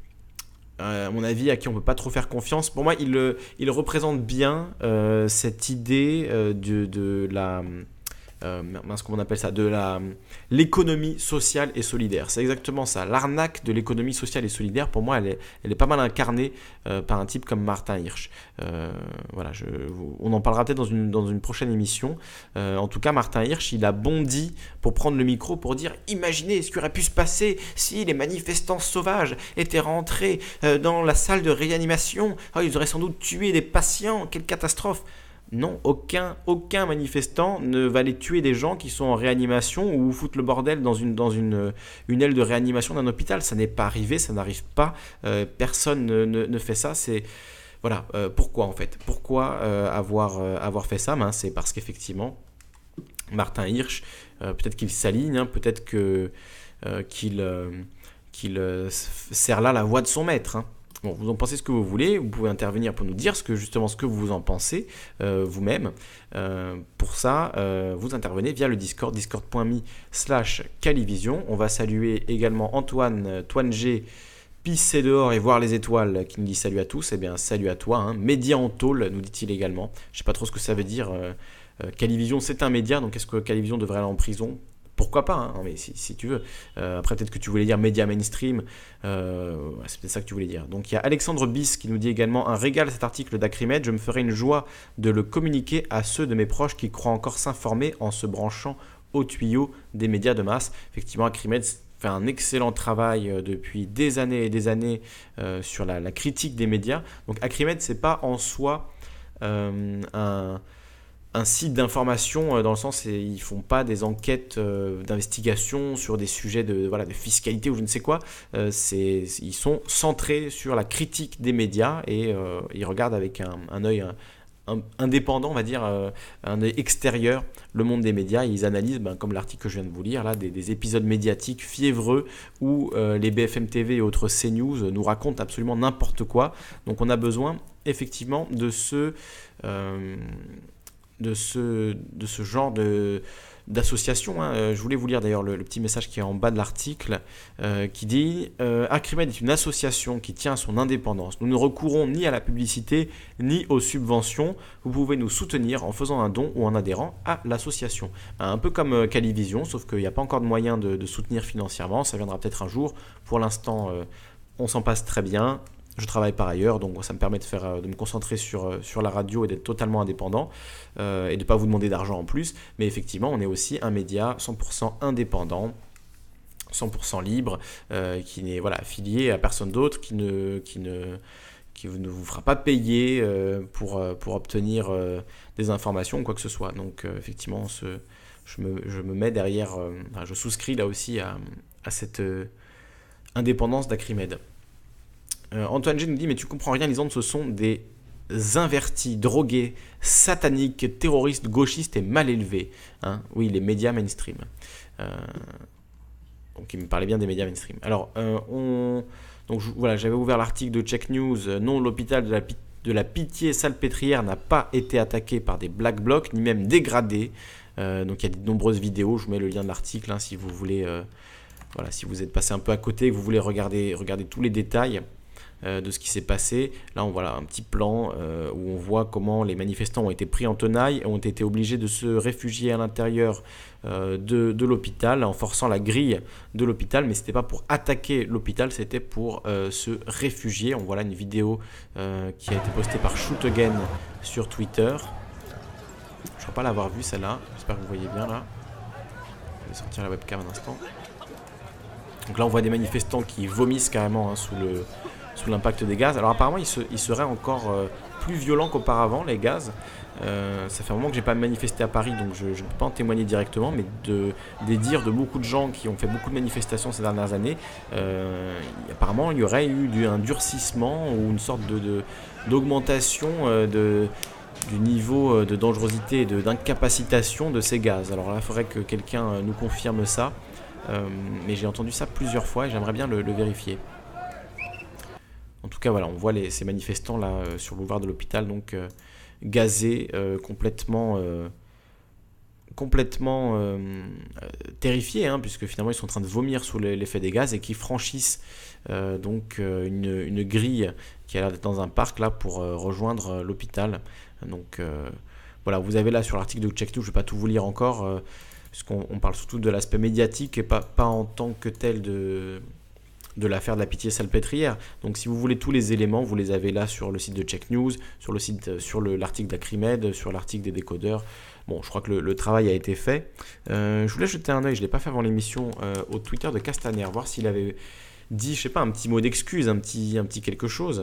euh, à mon avis, à qui on ne peut pas trop faire confiance. Pour moi, il, il représente bien euh, cette idée euh, de, de la... Euh, mince, comment on appelle ça, de la, l'économie sociale et solidaire. C'est exactement ça. L'arnaque de l'économie sociale et solidaire, pour moi, elle est, elle est pas mal incarnée euh, par un type comme Martin Hirsch. Euh, voilà, je, on en parlera peut-être dans une, dans une prochaine émission. Euh, en tout cas, Martin Hirsch, il a bondi pour prendre le micro pour dire « Imaginez ce qui aurait pu se passer si les manifestants sauvages étaient rentrés euh, dans la salle de réanimation. Oh, ils auraient sans doute tué des patients. Quelle catastrophe !» Non, aucun, aucun manifestant ne va aller tuer des gens qui sont en réanimation ou foutre le bordel dans une, dans une, une aile de réanimation d'un hôpital. Ça n'est pas arrivé, ça n'arrive pas. Euh, personne ne, ne, ne fait ça. C'est, voilà, euh, pourquoi en fait Pourquoi euh, avoir, euh, avoir fait ça ben, c'est parce qu'effectivement, Martin Hirsch, euh, peut-être qu'il s'aligne, hein, peut-être que, euh, qu'il, euh, qu'il euh, sert là la voix de son maître, hein. Bon, vous en pensez ce que vous voulez, vous pouvez intervenir pour nous dire ce que, justement ce que vous en pensez euh, vous-même. Euh, pour ça, euh, vous intervenez via le Discord, discord.me slash Calivision. On va saluer également Antoine, euh, Toine G, pisser dehors et voir les étoiles, qui nous dit salut à tous. Eh bien, salut à toi, hein. Média en tôle, nous dit-il également. Je ne sais pas trop ce que ça veut dire. Euh, euh, Calivision, c'est un média, donc est-ce que Calivision devrait aller en prison ? Pourquoi pas, hein, mais si, si tu veux. Euh, après, peut-être que tu voulais dire média mainstream. Euh, c'est peut-être ça que tu voulais dire. Donc, il y a Alexandre Bis qui nous dit également « Un régal cet article d'Acrimède. Je me ferai une joie de le communiquer à ceux de mes proches qui croient encore s'informer en se branchant au tuyau des médias de masse. » Effectivement, Acrimède fait un excellent travail euh, depuis des années et des années euh, sur la, la critique des médias. Donc, Acrimède, ce n'est pas en soi euh, un... un site d'information dans le sens où ils font pas des enquêtes euh, d'investigation sur des sujets de, voilà, de fiscalité ou je ne sais quoi. Euh, c'est, ils sont centrés sur la critique des médias et euh, ils regardent avec un, un œil un, un, indépendant, on va dire, euh, un œil extérieur, le monde des médias. Et ils analysent, ben, comme l'article que je viens de vous lire, là, des, des épisodes médiatiques fiévreux où euh, les B F M T V et autres CNews nous racontent absolument n'importe quoi. Donc on a besoin effectivement de ce... Euh, de ce, de ce genre de, d'association. Hein. Je voulais vous lire d'ailleurs le, le petit message qui est en bas de l'article euh, qui dit euh, « Acrimed est une association qui tient à son indépendance. Nous ne recourons ni à la publicité ni aux subventions. Vous pouvez nous soutenir en faisant un don ou en adhérant à l'association. » Un peu comme euh, Calivision, sauf qu'il n'y a pas encore de moyen de, de soutenir financièrement. Ça viendra peut-être un jour. Pour l'instant, euh, on s'en passe très bien. Je travaille par ailleurs, donc ça me permet de, faire, de me concentrer sur, sur la radio et d'être totalement indépendant euh, et de ne pas vous demander d'argent en plus. Mais effectivement, on est aussi un média cent pour cent indépendant, cent pour cent libre, euh, qui n'est voilà, affilié à personne d'autre, qui ne, qui ne, qui ne vous fera pas payer euh, pour, pour obtenir euh, des informations ou quoi que ce soit. Donc euh, effectivement, ce, je, me, je me mets derrière, euh, enfin, je souscris là aussi à, à cette euh, indépendance d'Acrimed. Euh, Antoine G nous dit « Mais tu comprends rien, les ondes, ce sont des invertis, drogués, sataniques, terroristes, gauchistes et mal élevés. Hein » Oui, les médias mainstream. Euh, donc il me parlait bien des médias mainstream. Alors, euh, on, donc, je, voilà, j'avais ouvert l'article de Check News. Euh, non, l'hôpital de la, de la Pitié-Salpêtrière n'a pas été attaqué par des black blocs, ni même dégradé. Euh, donc il y a de nombreuses vidéos, je vous mets le lien de l'article hein, si vous voulez, euh, voilà, si vous êtes passé un peu à côté, que vous voulez regarder, regarder tous les détails de ce qui s'est passé. Là, on voit un petit plan euh, où on voit comment les manifestants ont été pris en tenaille et ont été obligés de se réfugier à l'intérieur euh, de, de l'hôpital en forçant la grille de l'hôpital. Mais ce n'était pas pour attaquer l'hôpital, c'était pour euh, se réfugier. On voit là une vidéo euh, qui a été postée par Shoot Again sur Twitter. Je ne crois pas l'avoir vue celle-là. J'espère que vous voyez bien là. Je vais sortir la webcam un instant. Donc là, on voit des manifestants qui vomissent carrément hein, sous le... sous l'impact des gaz. Alors apparemment, il, se, il serait encore euh, plus violent qu'auparavant, les gaz. Euh, ça fait un moment que je n'ai pas manifesté à Paris, donc je ne peux pas en témoigner directement, mais de, des dires de beaucoup de gens qui ont fait beaucoup de manifestations ces dernières années, euh, apparemment, il y aurait eu du, un durcissement ou une sorte de, de, d'augmentation euh, de, du niveau de dangerosité et de, d'incapacitation de ces gaz. Alors là, il faudrait que quelqu'un nous confirme ça, euh, mais j'ai entendu ça plusieurs fois et j'aimerais bien le, le vérifier. En tout cas, voilà, on voit les, ces manifestants là euh, sur le boulevard de l'hôpital, donc euh, gazés, euh, complètement, euh, complètement euh, euh, terrifiés, hein, puisque finalement ils sont en train de vomir sous l'effet des gaz et qui franchissent euh, donc euh, une, une grille qui a l'air d'être dans un parc là pour euh, rejoindre euh, l'hôpital. Donc euh, voilà, vous avez là sur l'article de Check News, je ne vais pas tout vous lire encore, euh, puisqu'on on parle surtout de l'aspect médiatique et pas, pas en tant que tel de de l'affaire de la Pitié-Salpêtrière. Donc si vous voulez tous les éléments, vous les avez là sur le site de Check News, sur le site, sur le, l'article d'Acrimed, sur l'article des décodeurs. Bon, je crois que le, le travail a été fait. Euh, je voulais jeter un œil, je ne l'ai pas fait avant l'émission, euh, au Twitter de Castaner, voir s'il avait dit, je sais pas, un petit mot d'excuse, un petit, un petit quelque chose.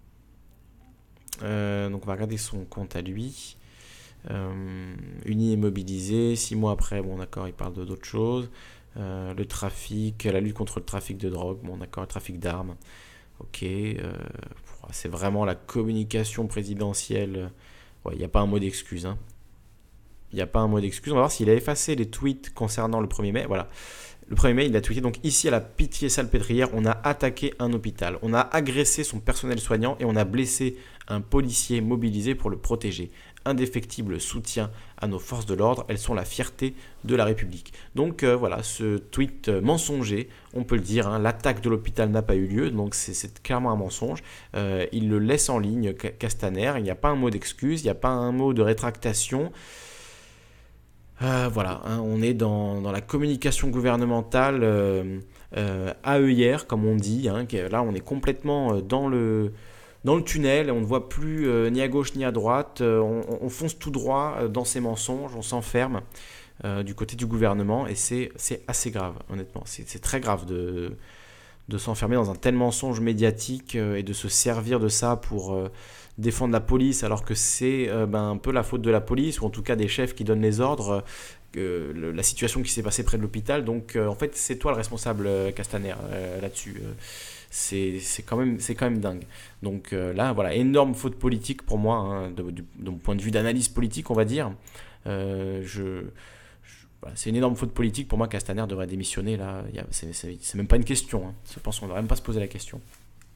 Euh, donc on va regarder son compte à lui. Euh, uni et mobilisé, six mois après, bon d'accord, il parle de, d'autres choses. Euh, le trafic, la lutte contre le trafic de drogue, bon d'accord, le trafic d'armes, ok, euh, c'est vraiment la communication présidentielle, il ouais, n'y a pas un mot d'excuse, hein. Il n'y a pas un mot d'excuse, on va voir s'il a effacé les tweets concernant le premier mai, voilà, le premier mai il a tweeté, donc ici à la Pitié-Salpêtrière, on a attaqué un hôpital, on a agressé son personnel soignant et on a blessé un policier mobilisé pour le protéger. Indéfectible soutien à nos forces de l'ordre, elles sont la fierté de la République. Donc euh, voilà, ce tweet euh, mensonger, on peut le dire, hein, l'attaque de l'hôpital n'a pas eu lieu, donc c'est, c'est clairement un mensonge. Euh, il le laisse en ligne, Castaner, il n'y a pas un mot d'excuse, il n'y a pas un mot de rétractation. Euh, voilà, hein, on est dans, dans la communication gouvernementale euh, euh, à œillère, comme on dit, hein, là on est complètement dans le... dans le tunnel, on ne voit plus euh, ni à gauche ni à droite, euh, on, on fonce tout droit euh, dans ces mensonges, on s'enferme euh, du côté du gouvernement et c'est, c'est assez grave, honnêtement. C'est, c'est très grave de, de s'enfermer dans un tel mensonge médiatique euh, et de se servir de ça pour euh, défendre la police alors que c'est euh, ben, un peu la faute de la police ou en tout cas des chefs qui donnent les ordres, euh, le, la situation qui s'est passée près de l'hôpital. Donc euh, en fait c'est toi le responsable euh, Castaner euh, là-dessus. Euh, C'est, c'est, quand même, c'est quand même dingue. Donc euh, là, voilà, énorme faute politique pour moi, hein, de, de, de mon point de vue d'analyse politique, on va dire. Euh, je, je, voilà, c'est une énorme faute politique. Pour moi, Castaner devrait démissionner. Là, y a, c'est, c'est, c'est même pas une question. Hein. Je pense qu'on ne devrait même pas se poser la question.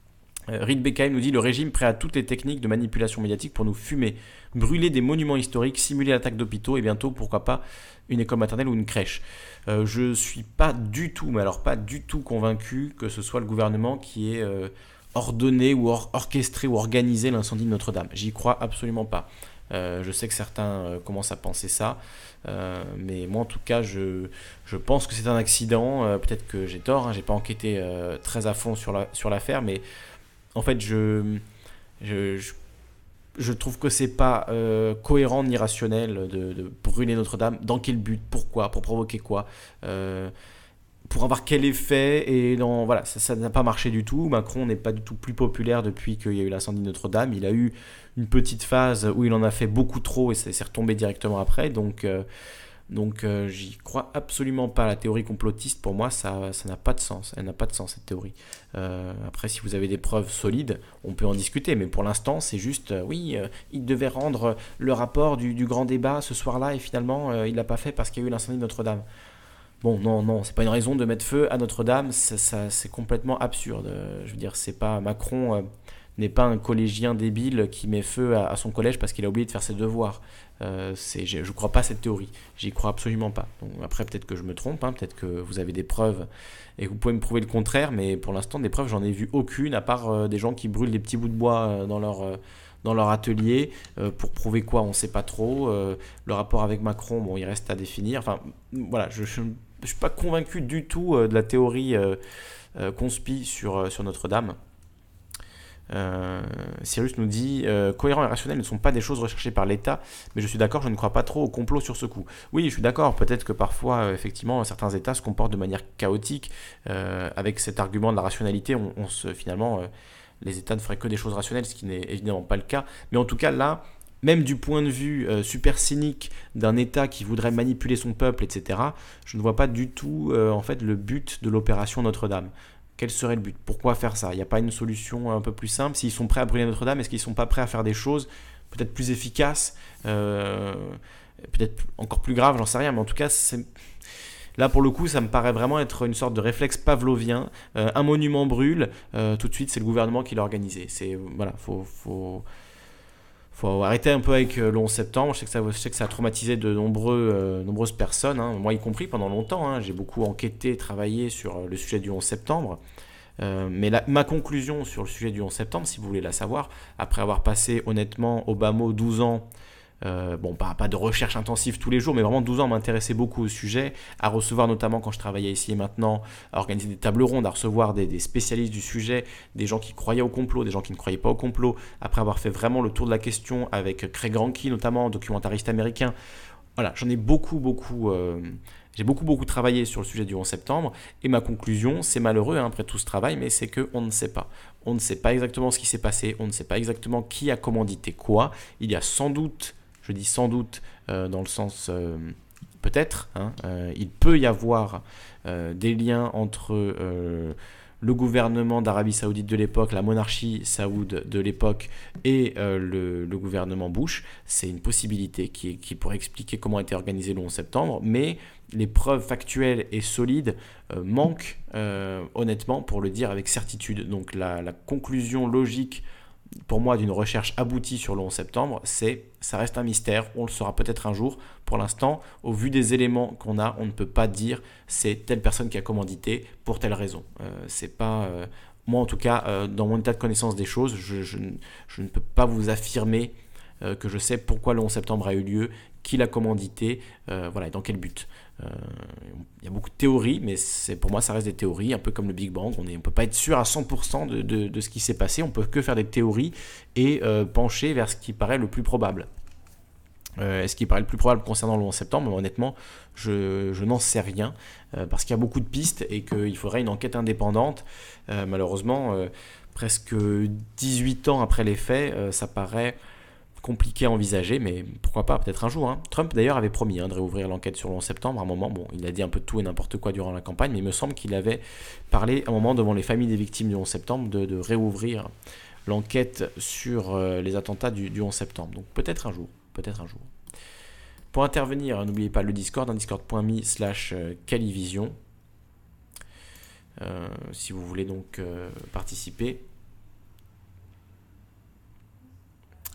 Euh, Reed Beckheim nous dit: le régime prêt à toutes les techniques de manipulation médiatique pour nous fumer, brûler des monuments historiques, simuler l'attaque d'hôpitaux et bientôt, pourquoi pas, une école maternelle ou une crèche. Euh, je suis pas du tout, mais alors pas du tout convaincu que ce soit le gouvernement qui ait euh, ordonné ou or- orchestré ou organisé l'incendie de Notre-Dame. J'y crois absolument pas. Euh, je sais que certains euh, commencent à penser ça, euh, mais moi en tout cas je, je pense que c'est un accident. Euh, peut-être que j'ai tort, hein, j'ai pas enquêté euh, très à fond sur la, sur l'affaire, mais en fait, je, je, je, je trouve que c'est pas euh, cohérent ni rationnel de, de brûler Notre-Dame. Dans quel but? Pourquoi? Pour provoquer quoi? Euh, Pour avoir quel effet? Et non, voilà, ça ça n'a pas marché du tout. Macron n'est pas du tout plus populaire depuis qu'il y a eu l'incendie de Notre-Dame. Il a eu une petite phase où il en a fait beaucoup trop et ça s'est retombé directement après. Donc, euh, donc euh, j'y crois absolument pas. La théorie complotiste, pour moi, ça, ça n'a pas de sens. Elle n'a pas de sens, cette théorie. Euh, après, si vous avez des preuves solides, on peut en discuter. Mais pour l'instant, c'est juste, euh, oui, euh, il devait rendre le rapport du, du grand débat ce soir-là et finalement, euh, il l'a pas fait parce qu'il y a eu l'incendie de Notre-Dame. Bon, non, non, c'est pas une raison de mettre feu à Notre-Dame, ça, ça- c'est complètement absurde. Euh, Je veux dire, c'est pas Macron euh, n'est pas un collégien débile qui met feu à, à son collège parce qu'il a oublié de faire ses devoirs. Euh, c'est, je, je crois pas à cette théorie, j'y crois absolument pas. Donc, après, peut-être que je me trompe, hein, peut-être que vous avez des preuves et que vous pouvez me prouver le contraire, mais pour l'instant, des preuves, j'en ai vu aucune, à part euh, des gens qui brûlent des petits bouts de bois euh, dans leur, euh, dans leur atelier. Euh, pour prouver quoi, on sait pas trop. Euh, le rapport avec Macron, bon, il reste à définir. Enfin, voilà, je, je je suis pas convaincu du tout euh, de la théorie euh, euh, conspi sur, euh, sur Notre-Dame. Euh, Cyrus nous dit euh, cohérent et rationnel ne sont pas des choses recherchées par l'État, mais je suis d'accord, je ne crois pas trop au complot sur ce coup. Oui, je suis d'accord, peut-être que parfois, euh, effectivement, certains États se comportent de manière chaotique. Euh, avec cet argument de la rationalité, on, on se, finalement, euh, les États ne feraient que des choses rationnelles, ce qui n'est évidemment pas le cas. Mais en tout cas, là, même du point de vue euh, super cynique d'un État qui voudrait manipuler son peuple, et cetera, je ne vois pas du tout euh, en fait le but de l'opération Notre-Dame. Quel serait le but? Pourquoi faire ça? Il n'y a pas une solution un peu plus simple? S'ils sont prêts à brûler Notre-Dame, est-ce qu'ils ne sont pas prêts à faire des choses peut-être plus efficaces, euh, peut-être encore plus graves, j'en sais rien, mais en tout cas, c'est... Là, pour le coup, ça me paraît vraiment être une sorte de réflexe pavlovien. Euh, un monument brûle, euh, tout de suite, c'est le gouvernement qui l'a organisé. C'est, voilà, faut, faut, faut arrêter un peu avec euh, le onze septembre. Je sais que ça, je sais que ça a traumatisé de nombreux, euh, nombreuses personnes, hein, moi y compris pendant longtemps. Hein. J'ai beaucoup enquêté, travaillé sur euh, le sujet du onze septembre. Euh, mais la- ma conclusion sur le sujet du onze septembre, si vous voulez la savoir, après avoir passé honnêtement au bas mot douze ans, euh, bon, pas, pas de recherche intensive tous les jours, mais vraiment douze ans à m'intéresser beaucoup au sujet, à recevoir notamment quand je travaillais ici et maintenant, à organiser des tables rondes, à recevoir des, des spécialistes du sujet, des gens qui croyaient au complot, des gens qui ne croyaient pas au complot, après avoir fait vraiment le tour de la question avec Craig Ranke notamment, documentariste américain. Voilà, j'en ai beaucoup, beaucoup, euh, j'ai beaucoup, beaucoup travaillé sur le sujet du onze septembre, et ma conclusion, c'est malheureux hein, après tout ce travail, mais c'est qu'on ne sait pas. On ne sait pas exactement ce qui s'est passé, on ne sait pas exactement qui a commandité quoi. Il y a sans doute, je dis sans doute, euh, dans le sens euh, peut-être, hein, euh, il peut y avoir euh, des liens entre euh, le gouvernement d'Arabie Saoudite de l'époque, la monarchie saoud de l'époque et euh, le, le gouvernement Bush. C'est une possibilité qui, qui pourrait expliquer comment a été organisé le onze septembre, mais les preuves factuelles et solides euh, manquent euh, honnêtement pour le dire avec certitude. Donc la, la conclusion logique pour moi d'une recherche aboutie sur le onze septembre, c'est ça reste un mystère, on le saura peut-être un jour. Pour l'instant, au vu des éléments qu'on a, on ne peut pas dire c'est telle personne qui a commandité pour telle raison. Euh, c'est pas euh, moi en tout cas, euh, dans mon état de connaissance des choses, je, je, je ne peux pas vous affirmer euh, que je sais pourquoi le onze septembre a eu lieu, qui l'a commandité, euh, voilà, et dans quel but. Euh, il y a beaucoup de théories, mais c'est, pour moi, ça reste des théories, un peu comme le Big Bang. On ne peut pas être sûr à cent pour cent de, de, de ce qui s'est passé. On peut que faire des théories et euh, pencher vers ce qui paraît le plus probable. Euh, ce qui paraît le plus probable concernant le onze septembre, mais honnêtement, je, je n'en sais rien, euh, parce qu'il y a beaucoup de pistes et qu'il faudrait une enquête indépendante. Euh, malheureusement, euh, presque dix-huit ans après les faits, euh, ça paraît compliqué à envisager, mais pourquoi pas, peut-être un jour. Hein. Trump d'ailleurs avait promis hein, de réouvrir l'enquête sur le onze septembre à un moment. Bon, il a dit un peu de tout et n'importe quoi durant la campagne, mais il me semble qu'il avait parlé à un moment devant les familles des victimes du onze septembre de, de réouvrir l'enquête sur euh, les attentats du, du onze septembre. Donc peut-être un jour, peut-être un jour. Pour intervenir, n'oubliez pas le Discord, hein, discord.me slash Calivision. Euh, si vous voulez donc euh, participer.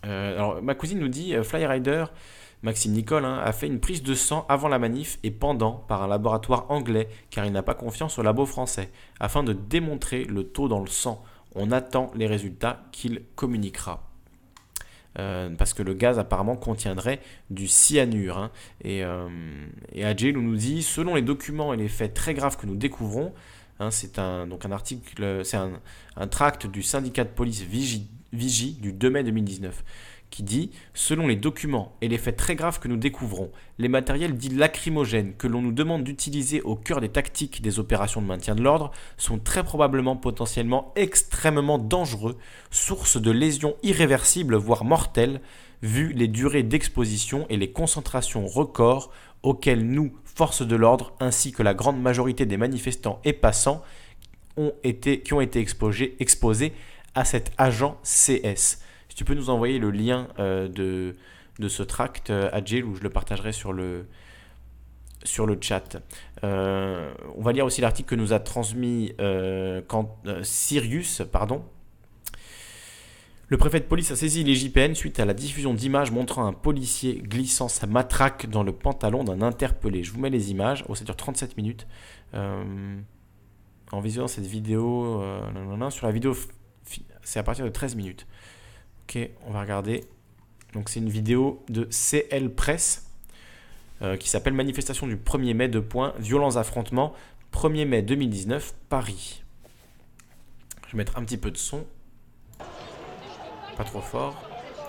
Euh, alors, ma cousine nous dit euh, Flyrider, Maxime Nicole, hein, a fait une prise de sang avant la manif et pendant par un laboratoire anglais car il n'a pas confiance au labo français afin de démontrer le taux dans le sang. On attend les résultats qu'il communiquera. Euh, parce que le gaz apparemment contiendrait du cyanure. Hein. Et, euh, et Adjel nous dit, selon les documents et les faits très graves que nous découvrons, hein, c'est un, donc un article, c'est un, un tract du syndicat de police Vigie, Vigie du deux mai deux mille dix-neuf qui dit « Selon les documents et les faits très graves que nous découvrons, les matériels dits lacrymogènes que l'on nous demande d'utiliser au cœur des tactiques des opérations de maintien de l'ordre sont très probablement potentiellement extrêmement dangereux, source de lésions irréversibles voire mortelles, vu les durées d'exposition et les concentrations records auxquelles nous, forces de l'ordre, ainsi que la grande majorité des manifestants et passants, ont été, qui ont été exposés, exposés à cet agent C S ». Si tu peux nous envoyer le lien euh, de, de ce tract, euh, Adjel, où je le partagerai sur le, sur le chat. Euh, on va lire aussi l'article que nous a transmis euh, quand, euh, Sirius. Pardon. Le préfet de police a saisi les J P N suite à la diffusion d'images montrant un policier glissant sa matraque dans le pantalon d'un interpellé. Je vous mets les images. Oh, ça dure trente-sept minutes. Euh, en visionnant cette vidéo, euh, non, non, non, sur la vidéo, c'est à partir de treize minutes. Ok, on va regarder. Donc c'est une vidéo de C L Press euh, qui s'appelle Manifestation du premier mai, deux points, violents affrontements, premier mai deux mille dix-neuf, Paris. Je vais mettre un petit peu de son. Pas trop fort.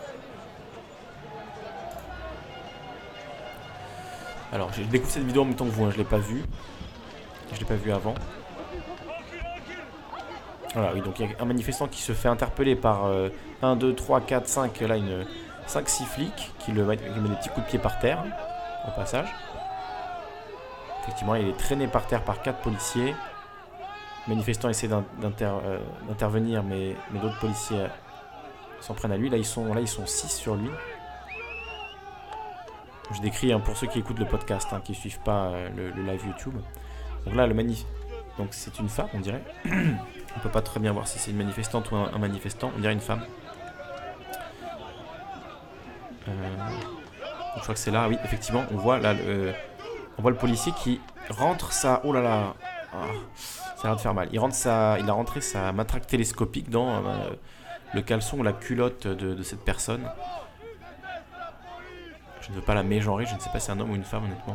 Alors, je découvre cette vidéo en même temps que vous, hein, je ne l'ai pas vue. Je ne l'ai pas vue avant. Voilà, oui, donc il y a un manifestant qui se fait interpeller par euh, un, deux, trois, quatre, cinq, là, une, cinq, six flics qui le mettent, qui mettent des petits coups de pied par terre, au passage. Effectivement, il est traîné par terre par quatre policiers. Le manifestant essaie d'inter, euh, d'intervenir, mais, mais d'autres policiers s'en prennent à lui. Là, ils sont, là, ils sont six sur lui. Je décris hein, pour ceux qui écoutent le podcast, hein, qui ne suivent pas euh, le, le live YouTube. Donc là, le manif... Donc c'est une femme, on dirait. On peut pas très bien voir si c'est une manifestante ou un, un manifestant. On dirait une femme. Euh... Je crois que c'est là. Oui, effectivement, on voit là, le, on voit le policier qui rentre sa. Oh là là, ah, ça a l'air de faire mal. Il rentre sa, il a rentré sa matraque télescopique dans euh, le caleçon ou la culotte de, de cette personne. Je ne veux pas la mégenrer. Je ne sais pas si c'est un homme ou une femme, honnêtement.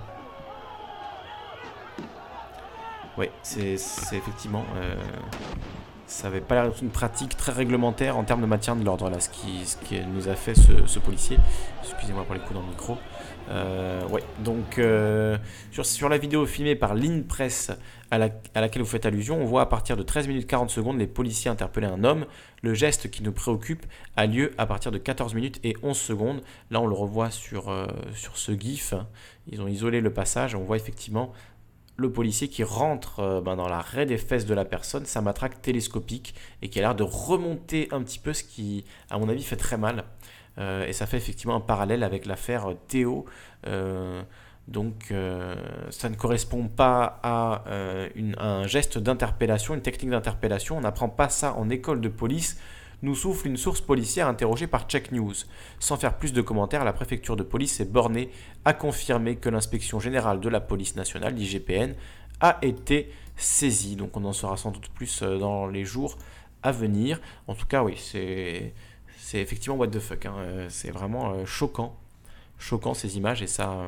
Oui, c'est effectivement, euh, ça n'avait pas l'air d'être une pratique très réglementaire en termes de maintien de l'ordre, là, ce qui, ce qui nous a fait ce, ce policier. Excusez-moi pour les coups dans le micro. Euh, ouais, donc euh, sur, sur la vidéo filmée par l'Inpress à, la, à laquelle vous faites allusion, on voit à partir de treize minutes quarante secondes les policiers interpeller un homme. Le geste qui nous préoccupe a lieu à partir de quatorze minutes et onze secondes. Là, on le revoit sur, euh, sur ce gif. Ils ont isolé le passage et on voit effectivement le policier qui rentre euh, ben, dans la raie des fesses de la personne, sa matraque télescopique, et qui a l'air de remonter un petit peu, ce qui, à mon avis, fait très mal. Euh, et ça fait effectivement un parallèle avec l'affaire Théo. Euh, donc, euh, ça ne correspond pas à, euh, une, à un geste d'interpellation, une technique d'interpellation. On n'apprend pas ça en école de police, nous souffle une source policière interrogée par Check News. Sans faire plus de commentaires, la préfecture de police s'est bornée à confirmer que l'inspection générale de la police nationale, l'I G P N, a été saisie. Donc on en saura sans doute plus dans les jours à venir. En tout cas, oui, c'est c'est effectivement what the fuck. Hein. C'est vraiment choquant. Choquant ces images et ça...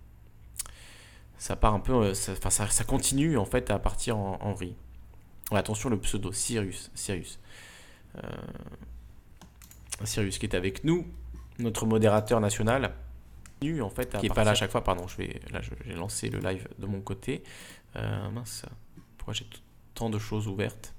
ça part un peu... Ça, enfin, ça, ça continue en fait à partir en, en vrille. Ouais, attention, le pseudo, Sirius. Sirius. Euh, Sirius qui est avec nous, notre modérateur national, en fait, qui n'est pas là à chaque fois. Pardon, je vais, là j'ai lancé le live de mon côté. Euh, mince, pourquoi j'ai tant de choses ouvertes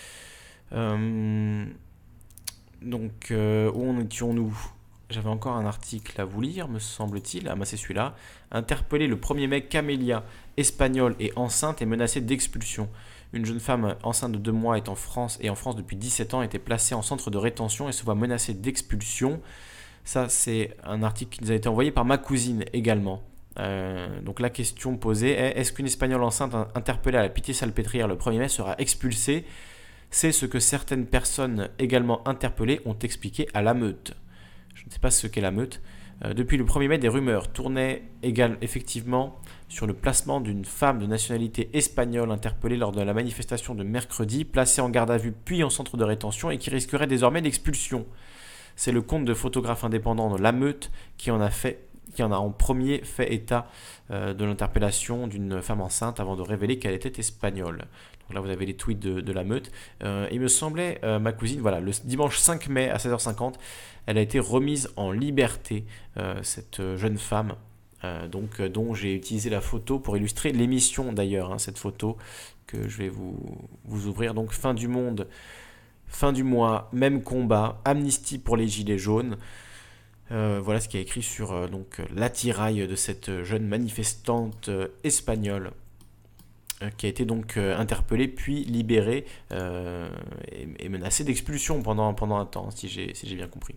euh, Donc, euh, où en étions-nous? J'avais encore un article à vous lire, me semble-t-il. Ah, bah c'est celui-là. Interpellé le premier mai, Camélia, espagnole et enceinte, est menacée d'expulsion. Une jeune femme enceinte de deux mois est en France et en France depuis dix-sept ans a été placée en centre de rétention et se voit menacée d'expulsion. Ça, c'est un article qui nous a été envoyé par ma cousine également. Euh, donc la question posée est: est-ce qu'une espagnole enceinte interpellée à la Pitié-Salpêtrière le premier mai sera expulsée? C'est ce que certaines personnes également interpellées ont expliqué à La Meute. Je ne sais pas ce qu'est la meute. Euh, depuis le premier mai, des rumeurs tournaient égal, effectivement sur le placement d'une femme de nationalité espagnole interpellée lors de la manifestation de mercredi, placée en garde à vue puis en centre de rétention et qui risquerait désormais d'expulsion. C'est le compte de photographe indépendant de La Meute qui en a fait qui en a en premier fait état euh, de l'interpellation d'une femme enceinte avant de révéler qu'elle était espagnole. Donc là, vous avez les tweets de, de La Meute. Euh, il me semblait, euh, ma cousine, voilà, le dimanche cinq mai à seize heures cinquante, elle a été remise en liberté, euh, cette jeune femme, euh, donc, euh, dont j'ai utilisé la photo pour illustrer l'émission d'ailleurs, hein, cette photo que je vais vous, vous ouvrir. Donc, fin du monde, fin du mois, même combat, amnistie pour les gilets jaunes. Euh, voilà ce qui est écrit sur euh, donc, l'attirail de cette jeune manifestante euh, espagnole euh, qui a été donc euh, interpellée puis libérée euh, et, et menacée d'expulsion pendant, pendant un temps, si j'ai si j'ai bien compris.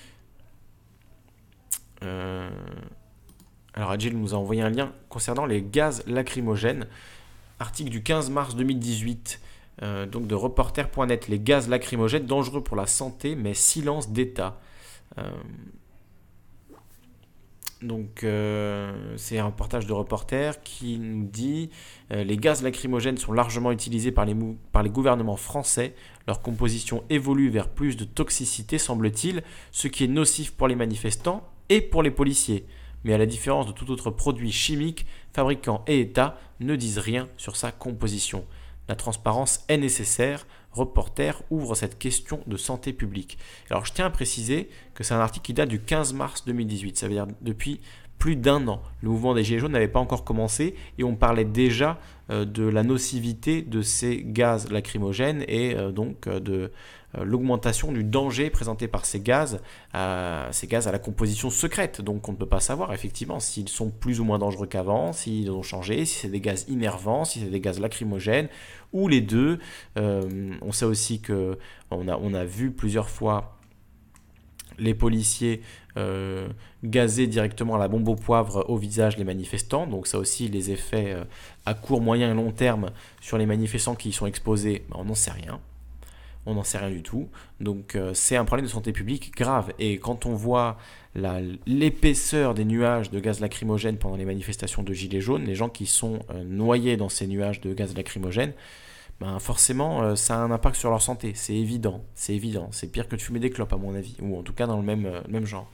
Euh, alors Adjil nous a envoyé un lien concernant les gaz lacrymogènes, article du quinze mars deux mille dix-huit. Euh, donc de reporter point net, les gaz lacrymogènes dangereux pour la santé mais silence d'État. Euh, Donc euh, c'est un reportage de Reporter qui nous dit euh, les gaz lacrymogènes sont largement utilisés par les, mou- par les gouvernements français. Leur composition évolue vers plus de toxicité, semble-t-il, ce qui est nocif pour les manifestants et pour les policiers. Mais à la différence de tout autre produit chimique, fabricants et États ne disent rien sur sa composition. La transparence est nécessaire. Reporter ouvre cette question de santé publique. Alors je tiens à préciser que c'est un article qui date du quinze mars deux mille dix-huit, ça veut dire depuis plus d'un an. Le mouvement des Gilets jaunes n'avait pas encore commencé et on parlait déjà euh, de la nocivité de ces gaz lacrymogènes et euh, donc euh, de euh, l'augmentation du danger présenté par ces gaz, à, ces gaz à la composition secrète. Donc on ne peut pas savoir effectivement s'ils sont plus ou moins dangereux qu'avant, s'ils ont changé, si c'est des gaz innervants, si c'est des gaz lacrymogènes ou les deux. Euh, on sait aussi que on a, on a vu plusieurs fois les policiers euh, gazer directement à la bombe au poivre au visage les manifestants. Donc ça aussi, les effets euh, à court, moyen et long terme sur les manifestants qui y sont exposés, ben, on n'en sait rien. On n'en sait rien du tout. Donc euh, c'est un problème de santé publique grave. Et quand on voit la, l'épaisseur des nuages de gaz lacrymogène pendant les manifestations de Gilets jaunes, les gens qui sont euh, noyés dans ces nuages de gaz lacrymogène, ben forcément, euh, ça a un impact sur leur santé. C'est évident, c'est évident. C'est pire que de fumer des clopes, à mon avis, ou en tout cas dans le même, euh, même genre.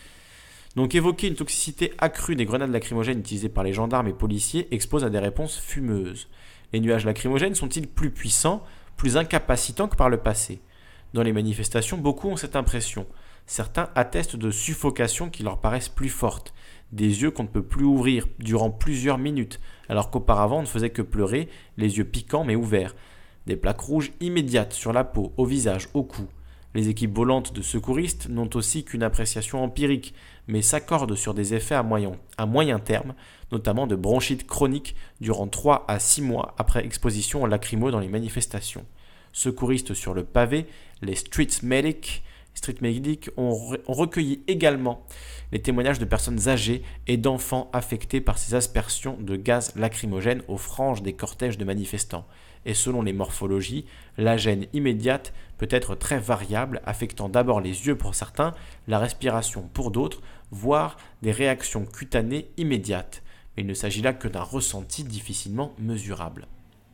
Donc évoquer une toxicité accrue des grenades lacrymogènes utilisées par les gendarmes et policiers expose à des réponses fumeuses. Les nuages lacrymogènes sont-ils plus puissants, plus incapacitants que par le passé ? Dans les manifestations, beaucoup ont cette impression. Certains attestent de suffocations qui leur paraissent plus fortes, des yeux qu'on ne peut plus ouvrir durant plusieurs minutes, alors qu'auparavant on ne faisait que pleurer, les yeux piquants mais ouverts. Des plaques rouges immédiates sur la peau, au visage, au cou. Les équipes volantes de secouristes n'ont aussi qu'une appréciation empirique, mais s'accordent sur des effets à moyen, à moyen terme, notamment de bronchite chronique durant trois à six mois après exposition aux lacrymos dans les manifestations. Secouristes sur le pavé, les street medics, street medics ont, re- ont recueilli également les témoignages de personnes âgées et d'enfants affectés par ces aspersions de gaz lacrymogènes aux franges des cortèges de manifestants. Et selon les morphologies, la gêne immédiate peut être très variable, affectant d'abord les yeux pour certains, la respiration pour d'autres, voire des réactions cutanées immédiates. Mais il ne s'agit là que d'un ressenti difficilement mesurable.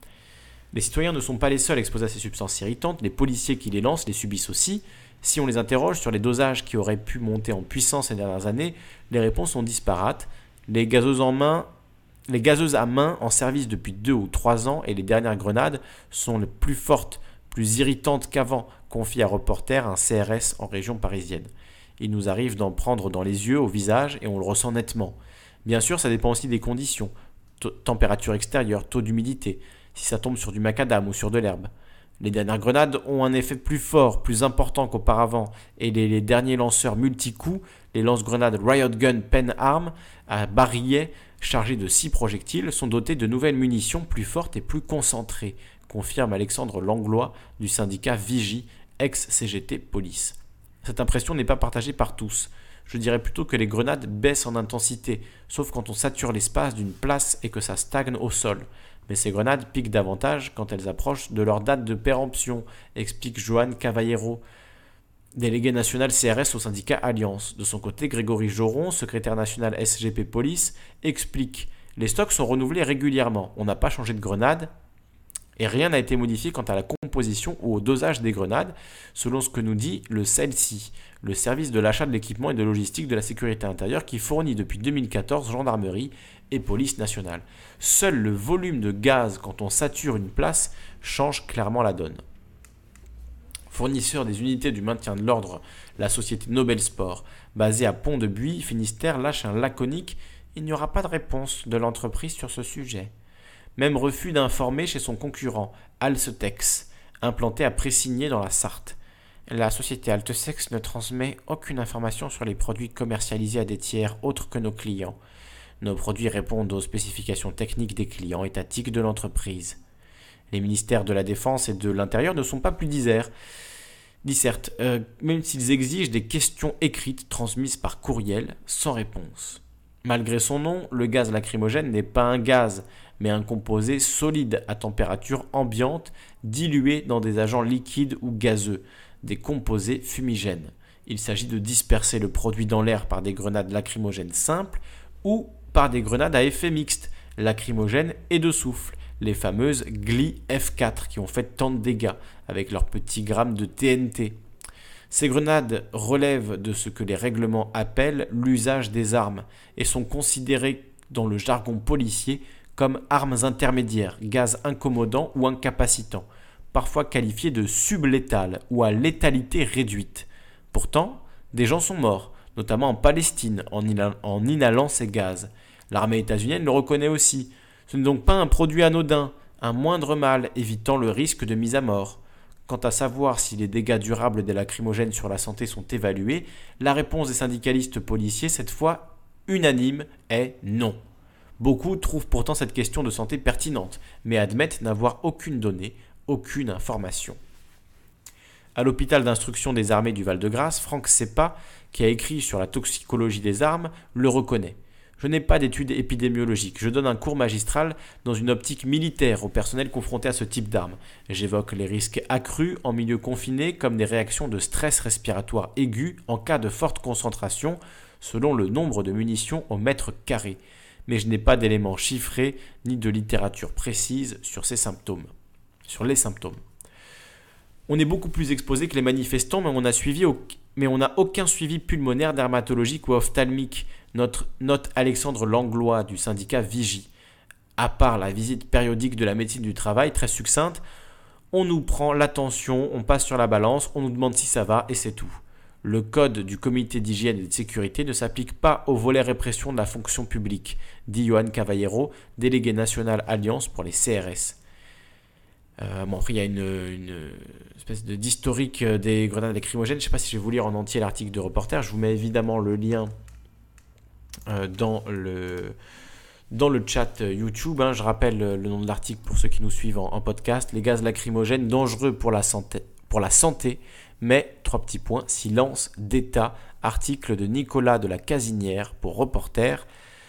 Les citoyens ne sont pas les seuls exposés à ces substances irritantes, les policiers qui les lancent les subissent aussi. Si on les interroge sur les dosages qui auraient pu monter en puissance ces dernières années, les réponses sont disparates. Les gazeuses, en main, les gazeuses à main en service depuis deux ou trois ans et les dernières grenades sont les plus fortes, plus irritantes qu'avant, confie à Reporter un C R S en région parisienne. Il nous arrive d'en prendre dans les yeux, au visage, et on le ressent nettement. Bien sûr, ça dépend aussi des conditions. T- température extérieure, taux d'humidité, si ça tombe sur du macadam ou sur de l'herbe. Les dernières grenades ont un effet plus fort, plus important qu'auparavant, et les, les derniers lanceurs multi-coups, les lance-grenades Riot Gun Pen Arm, à barillet chargés de six projectiles, sont dotés de nouvelles munitions plus fortes et plus concentrées, confirme Alexandre Langlois du syndicat Vigie, ex-C G T Police. Cette impression n'est pas partagée par tous. Je dirais plutôt que les grenades baissent en intensité, sauf quand on sature l'espace d'une place et que ça stagne au sol. Mais ces grenades piquent davantage quand elles approchent de leur date de péremption, explique Joan Cavallero, délégué national C R S au syndicat Alliance. De son côté, Grégory Joron, secrétaire national S G P Police, explique « Les stocks sont renouvelés régulièrement. On n'a pas changé de grenades et rien n'a été modifié quant à la composition ou au dosage des grenades, selon ce que nous dit le C E L C I, le service de l'achat de l'équipement et de logistique de la sécurité intérieure qui fournit depuis deux mille quatorze gendarmerie et police nationale. Seul le volume de gaz quand on sature une place change clairement la donne. » Fournisseur des unités du maintien de l'ordre, la société Nobel Sport, basée à Pont-de-Buis, Finistère, lâche un laconique « Il n'y aura pas de réponse de l'entreprise sur ce sujet ». Même refus d'informer chez son concurrent, Alcetex, implanté à Pressigné dans la Sarthe. La société Altesex ne transmet aucune information sur les produits commercialisés à des tiers autres que nos clients. Nos produits répondent aux spécifications techniques des clients étatiques de l'entreprise. Les ministères de la Défense et de l'Intérieur ne sont pas plus disserts, dissertent, euh, même s'ils exigent des questions écrites transmises par courriel sans réponse. Malgré son nom, le gaz lacrymogène n'est pas un gaz, mais un composé solide à température ambiante, dilué dans des agents liquides ou gazeux, des composés fumigènes. Il s'agit de disperser le produit dans l'air par des grenades lacrymogènes simples ou par des grenades à effet mixte, lacrymogènes et de souffle, les fameuses G L I F quatre qui ont fait tant de dégâts avec leurs petits grammes de T N T. Ces grenades relèvent de ce que les règlements appellent l'usage des armes et sont considérées dans le jargon policier comme armes intermédiaires, gaz incommodants ou incapacitants, parfois qualifiées de sublétales ou à létalité réduite. Pourtant, des gens sont morts, notamment en Palestine, en inhalant, en inhalant ces gaz. L'armée états-unienne le reconnaît aussi. Ce n'est donc pas un produit anodin, un moindre mal évitant le risque de mise à mort. Quant à savoir si les dégâts durables des lacrymogènes sur la santé sont évalués, la réponse des syndicalistes policiers, cette fois unanime, est non. Beaucoup trouvent pourtant cette question de santé pertinente, mais admettent n'avoir aucune donnée, aucune information. À l'hôpital d'instruction des armées du Val-de-Grâce, Franck Seppa, qui a écrit sur la toxicologie des armes, le reconnaît. Je n'ai pas d'études épidémiologiques, je donne un cours magistral dans une optique militaire au personnel confronté à ce type d'armes. J'évoque les risques accrus en milieu confiné comme des réactions de stress respiratoire aigu en cas de forte concentration selon le nombre de munitions au mètre carré. Mais je n'ai pas d'éléments chiffrés ni de littérature précise sur ces symptômes. Sur les symptômes. On est beaucoup plus exposé que les manifestants, mais on a suivi au... mais on n'a aucun suivi pulmonaire, dermatologique ou ophtalmique, notre, note Alexandre Langlois du syndicat Vigie. À part la visite périodique de la médecine du travail, très succincte, on nous prend l'attention, on passe sur la balance, on nous demande si ça va et c'est tout. Le code du comité d'hygiène et de sécurité ne s'applique pas au volet répression de la fonction publique, dit Johan Cavallero, délégué national Alliance pour les C R S. Euh, bon, après, il y a une, une espèce de, d'historique des grenades lacrymogènes. Je ne sais pas si je vais vous lire en entier l'article de Reporter. Je vous mets évidemment le lien euh, dans, le, dans le chat YouTube. Hein. Je rappelle le nom de l'article pour ceux qui nous suivent en, en podcast. Les gaz lacrymogènes dangereux pour la santé, pour la santé mais, trois petits points, silence d'État. Article de Nicolas de la Casinière pour Reporter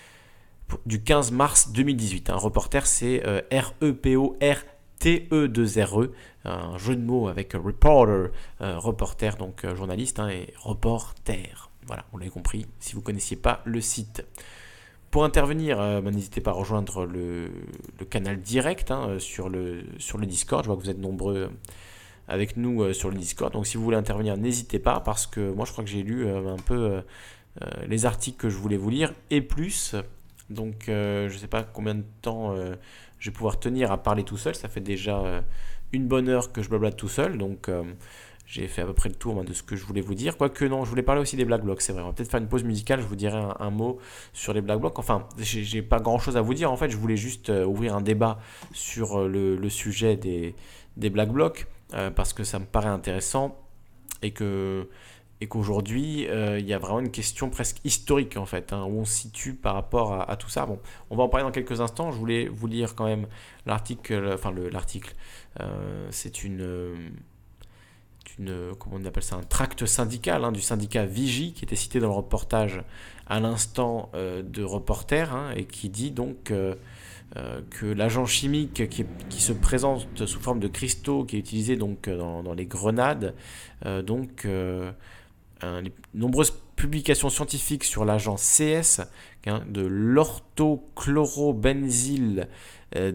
du quinze mars deux mille dix-huit. Un Reporter, c'est euh, R E P O R T E deux R E, un jeu de mots avec reporter, euh, reporter, donc euh, journaliste, hein, et reporter. Voilà, vous l'avez compris, si vous ne connaissiez pas le site. Pour intervenir, euh, bah, n'hésitez pas à rejoindre le, le canal direct hein, sur, le, sur le Discord. Je vois que vous êtes nombreux avec nous euh, sur le Discord. Donc si vous voulez intervenir, n'hésitez pas, parce que moi je crois que j'ai lu euh, un peu euh, euh, les articles que je voulais vous lire, et plus. Donc euh, je ne sais pas combien de temps... Euh, je vais pouvoir tenir à parler tout seul. Ça fait déjà euh, une bonne heure que je blablate tout seul, donc euh, j'ai fait à peu près le tour hein, de ce que je voulais vous dire. Quoique non, je voulais parler aussi des Black Blocs, c'est vrai. On va peut-être faire une pause musicale, je vous dirai un, un mot sur les Black Blocs. Enfin, j'ai, j'ai pas grand-chose à vous dire, en fait, je voulais juste euh, ouvrir un débat sur euh, le, le sujet des, des Black Blocs, euh, parce que ça me paraît intéressant, et que... et qu'aujourd'hui, euh, il y a vraiment une question presque historique, en fait, hein, où on se situe par rapport à, à tout ça. Bon, on va en parler dans quelques instants. Je voulais vous lire quand même l'article, enfin le, l'article. Euh, c'est une, une, comment on appelle ça, un tract syndical hein, du syndicat Vigie, qui était cité dans le reportage à l'instant euh, de Reporter, hein, et qui dit donc... Euh, euh, que l'agent chimique qui, est, qui se présente sous forme de cristaux, qui est utilisé donc dans, dans les grenades, euh, donc euh, un, les nombreuses publications scientifiques sur l'agent C S, hein, de l'orthochlorobenzyle euh,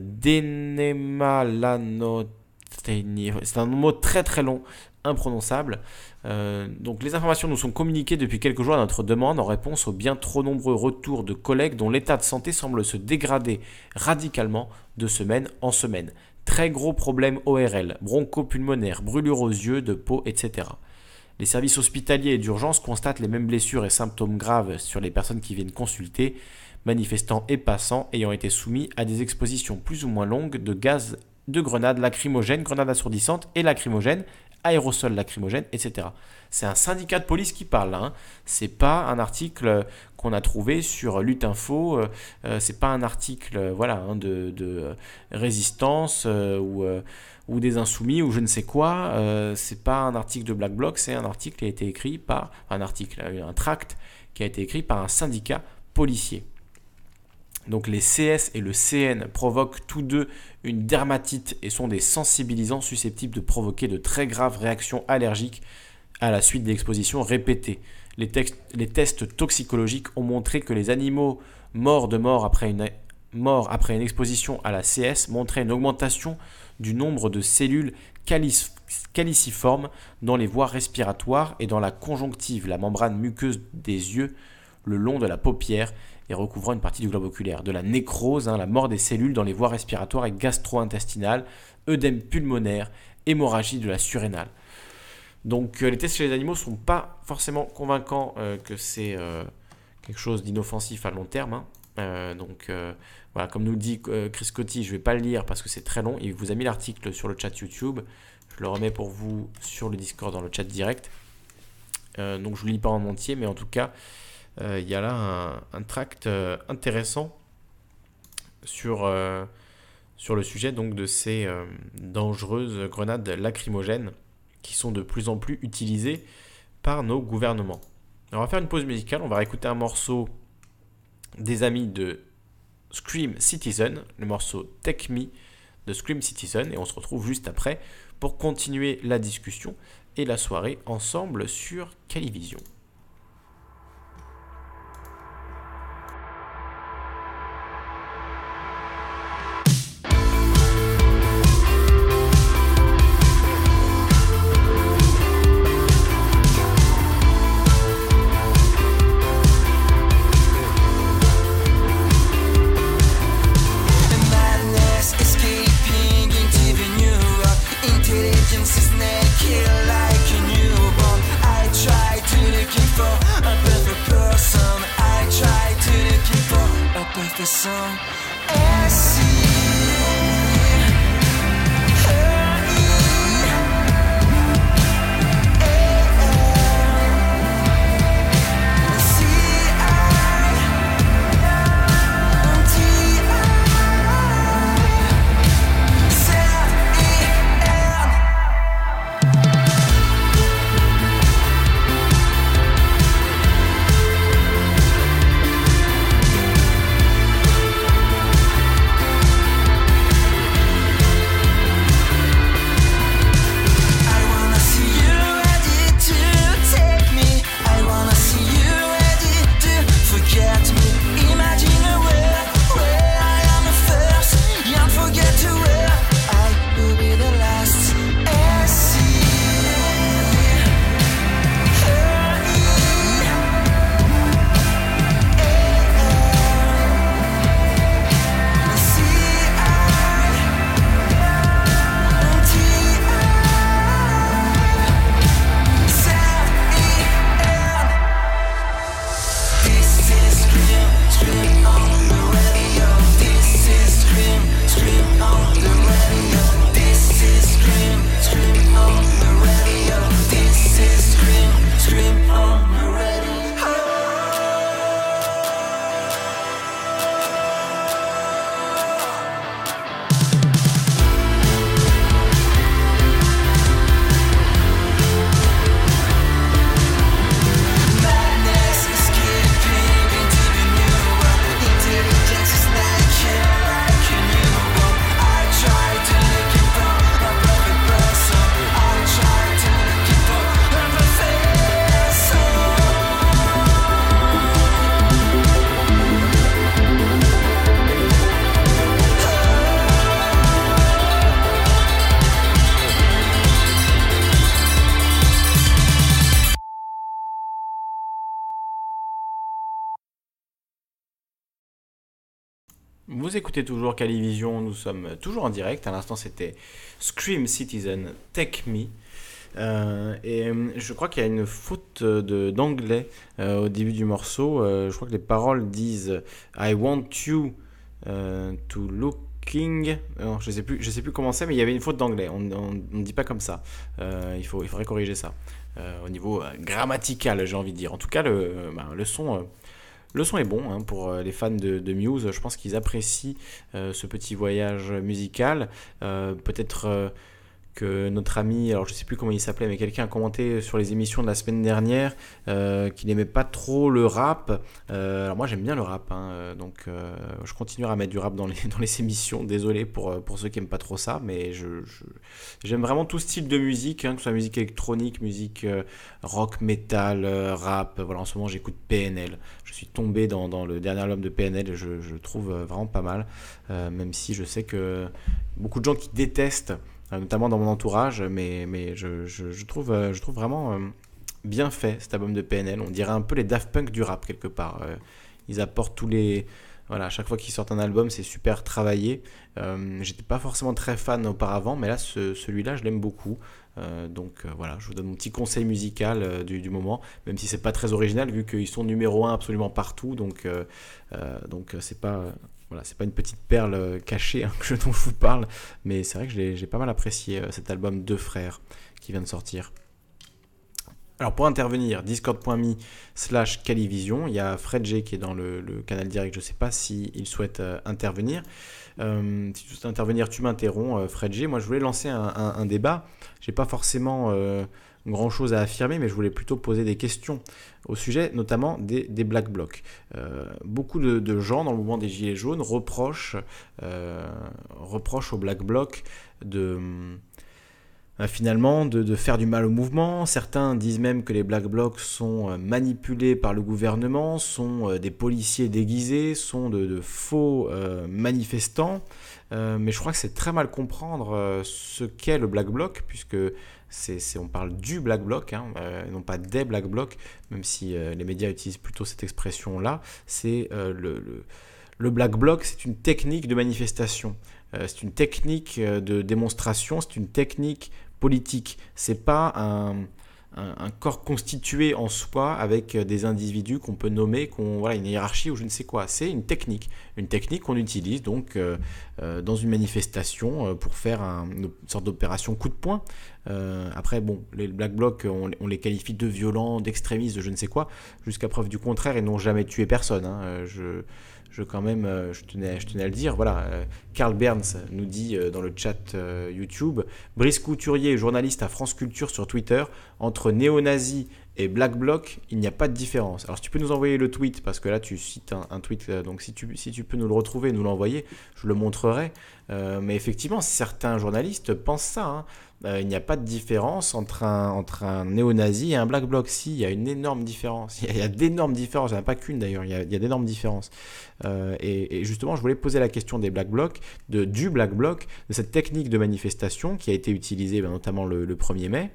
dénémalanothényl. C'est un mot très très long, imprononçable. Euh, donc les informations nous sont communiquées depuis quelques jours à notre demande en réponse aux bien trop nombreux retours de collègues dont l'état de santé semble se dégrader radicalement de semaine en semaine. Très gros problèmes O R L, bronchopulmonaires, brûlures aux yeux, de peau, et cetera. Les services hospitaliers et d'urgence constatent les mêmes blessures et symptômes graves sur les personnes qui viennent consulter, manifestants et passants ayant été soumis à des expositions plus ou moins longues de gaz de grenades lacrymogènes, grenades assourdissantes et lacrymogènes, aérosols lacrymogènes, et cetera. C'est un syndicat de police qui parle là, hein. C'est pas un article qu'on a trouvé sur Lutinfo, euh, c'est pas un article euh, voilà, hein, de, de résistance euh, ou, euh, ou des insoumis ou je ne sais quoi, euh, c'est pas un article de Black Bloc, c'est un article qui a été écrit par, un article, un tract qui a été écrit par un syndicat policier. Donc les C S et le C N provoquent tous deux une dermatite et sont des sensibilisants susceptibles de provoquer de très graves réactions allergiques à la suite d'expositions répétées. Les, textes, les tests toxicologiques ont montré que les animaux morts de mort après une, mort après une exposition à la C S montraient une augmentation du nombre de cellules calic- caliciformes dans les voies respiratoires et dans la conjonctive, la membrane muqueuse des yeux, le long de la paupière et recouvrant une partie du globe oculaire, de la nécrose, hein, la mort des cellules dans les voies respiratoires et gastro-intestinales, œdème pulmonaire, hémorragie de la surrénale. Donc euh, les tests chez les animaux ne sont pas forcément convaincants euh, que c'est euh, quelque chose d'inoffensif à long terme. Hein. Euh, donc euh, voilà, comme nous le dit euh, Chris Coty, je ne vais pas le lire parce que c'est très long. Il vous a mis l'article sur le chat YouTube. Je le remets pour vous sur le Discord dans le chat direct. Euh, donc je ne le lis pas en entier, mais en tout cas, il euh, y a là un, un tract euh, intéressant sur, euh, sur le sujet donc, de ces euh, dangereuses grenades lacrymogènes qui sont de plus en plus utilisées par nos gouvernements. Alors, on va faire une pause musicale, on va réécouter un morceau des amis de Scream Citizen, le morceau Take Me de Scream Citizen, et on se retrouve juste après pour continuer la discussion et la soirée ensemble sur Calivision. The song S C Vous écoutez toujours Calivision, nous sommes toujours en direct. À l'instant, c'était Scream Citizen, Take Me. Euh, et euh, je crois qu'il y a une faute de, d'anglais euh, au début du morceau. Euh, je crois que les paroles disent I want you euh, to looking. Non, je sais plus, je sais plus comment c'est, mais il y avait une faute d'anglais. On ne dit pas comme ça. Euh, il faut, il faudrait corriger ça euh, au niveau euh, grammatical, j'ai envie de dire. En tout cas, le, euh, bah, le son. Euh, Le son est bon hein, pour euh, les fans de, de Muse. Je pense qu'ils apprécient euh, ce petit voyage musical. Euh, peut-être euh, que notre ami, alors je ne sais plus comment il s'appelait, mais quelqu'un a commenté sur les émissions de la semaine dernière euh, qu'il n'aimait pas trop le rap. Euh, alors moi j'aime bien le rap, hein, euh, donc euh, je continuerai à mettre du rap dans les, dans les émissions. Désolé pour, euh, pour ceux qui n'aiment pas trop ça, mais je, je- j'aime vraiment tout style de musique, hein, que ce soit musique électronique, musique euh, rock, metal, euh, rap. Voilà, en ce moment j'écoute P N L. Je suis tombé dans, dans le dernier album de P N L et je, je le trouve euh, vraiment pas mal, euh, même si je sais que beaucoup de gens qui détestent euh, notamment dans mon entourage, mais, mais je, je- je trouve, euh, je trouve vraiment euh, bien fait cet album de P N L. On dirait un peu les Daft Punk du rap quelque part. Euh, ils apportent tous les. Voilà, à chaque fois qu'ils sortent un album, c'est super travaillé. Euh, j'étais pas forcément très fan auparavant, mais là, ce- celui-là, je l'aime beaucoup. Euh, donc euh, voilà, je vous donne mon petit conseil musical euh, du, du moment, même si c'est pas très original, vu qu'ils sont numéro un absolument partout. Donc, euh, euh, donc euh, c'est pas. Voilà, c'est pas une petite perle euh, cachée hein, que je, dont je vous parle, mais c'est vrai que je l'ai- j'ai pas mal apprécié euh, cet album Deux Frères qui vient de sortir. Alors pour intervenir, discord.me slash Calivision, il y a Fred G qui est dans le, le canal direct, je ne sais pas s'il souhaite euh, intervenir. Euh, si tu souhaites intervenir, tu m'interromps, euh, Fred G. Moi je voulais lancer un, un- un débat, j'ai pas forcément euh, grand chose à affirmer, mais je voulais plutôt poser des questions au sujet notamment des, des Black Blocs. Euh, beaucoup de, de gens dans le mouvement des Gilets jaunes reprochent, euh, reprochent aux Black Blocs de euh, finalement de, de faire du mal au mouvement. Certains disent même que les Black Blocs sont euh, manipulés par le gouvernement, sont euh, des policiers déguisés, sont de, de faux euh, manifestants. Euh, mais je crois que c'est très mal comprendre euh, ce qu'est le Black Bloc, puisque c'est, c'est- on parle du Black Bloc, hein, euh, non pas des Black Blocs, même si euh, les médias utilisent plutôt cette expression-là. C'est euh, le, le- le Black Bloc, c'est une technique de manifestation. Euh, c'est une technique euh, de démonstration, c'est une technique politique. C'est pas un, un- un corps constitué en soi avec euh, des individus qu'on peut nommer, qu'on, voilà, une hiérarchie ou je ne sais quoi. C'est une technique. Une technique qu'on utilise donc euh, euh, dans une manifestation euh, pour faire un- une sorte d'opération coup de poing. Euh, après, bon, les Black Blocs, on, on les qualifie de violents, d'extrémistes, de je ne sais quoi. Jusqu'à preuve du contraire, ils n'ont jamais tué personne, hein. Euh, Je, je quand même, euh, je tenais, je tenais à le dire. Voilà, euh, Karl Berns nous dit euh, dans le chat euh, YouTube, Brice Couturier, journaliste à France Culture sur Twitter, entre néo-nazis et Black Bloc, il n'y a pas de différence. Alors si tu peux nous envoyer le tweet, parce que là tu cites un, un tweet, euh, donc si tu, si tu peux nous le retrouver, nous l'envoyer, je le montrerai. Euh, mais effectivement, certains journalistes pensent ça, hein. Euh, il n'y a pas de différence entre un, entre un néo-nazi et un Black Bloc. Si, il y a une énorme différence. Il y a, il y a d'énormes différences, il n'y en a pas qu'une d'ailleurs, il y a, il y a d'énormes différences. Euh, et, et justement, je voulais poser la question des Black Blocs, de, du Black Bloc, de cette technique de manifestation qui a été utilisée ben, notamment le, le premier mai.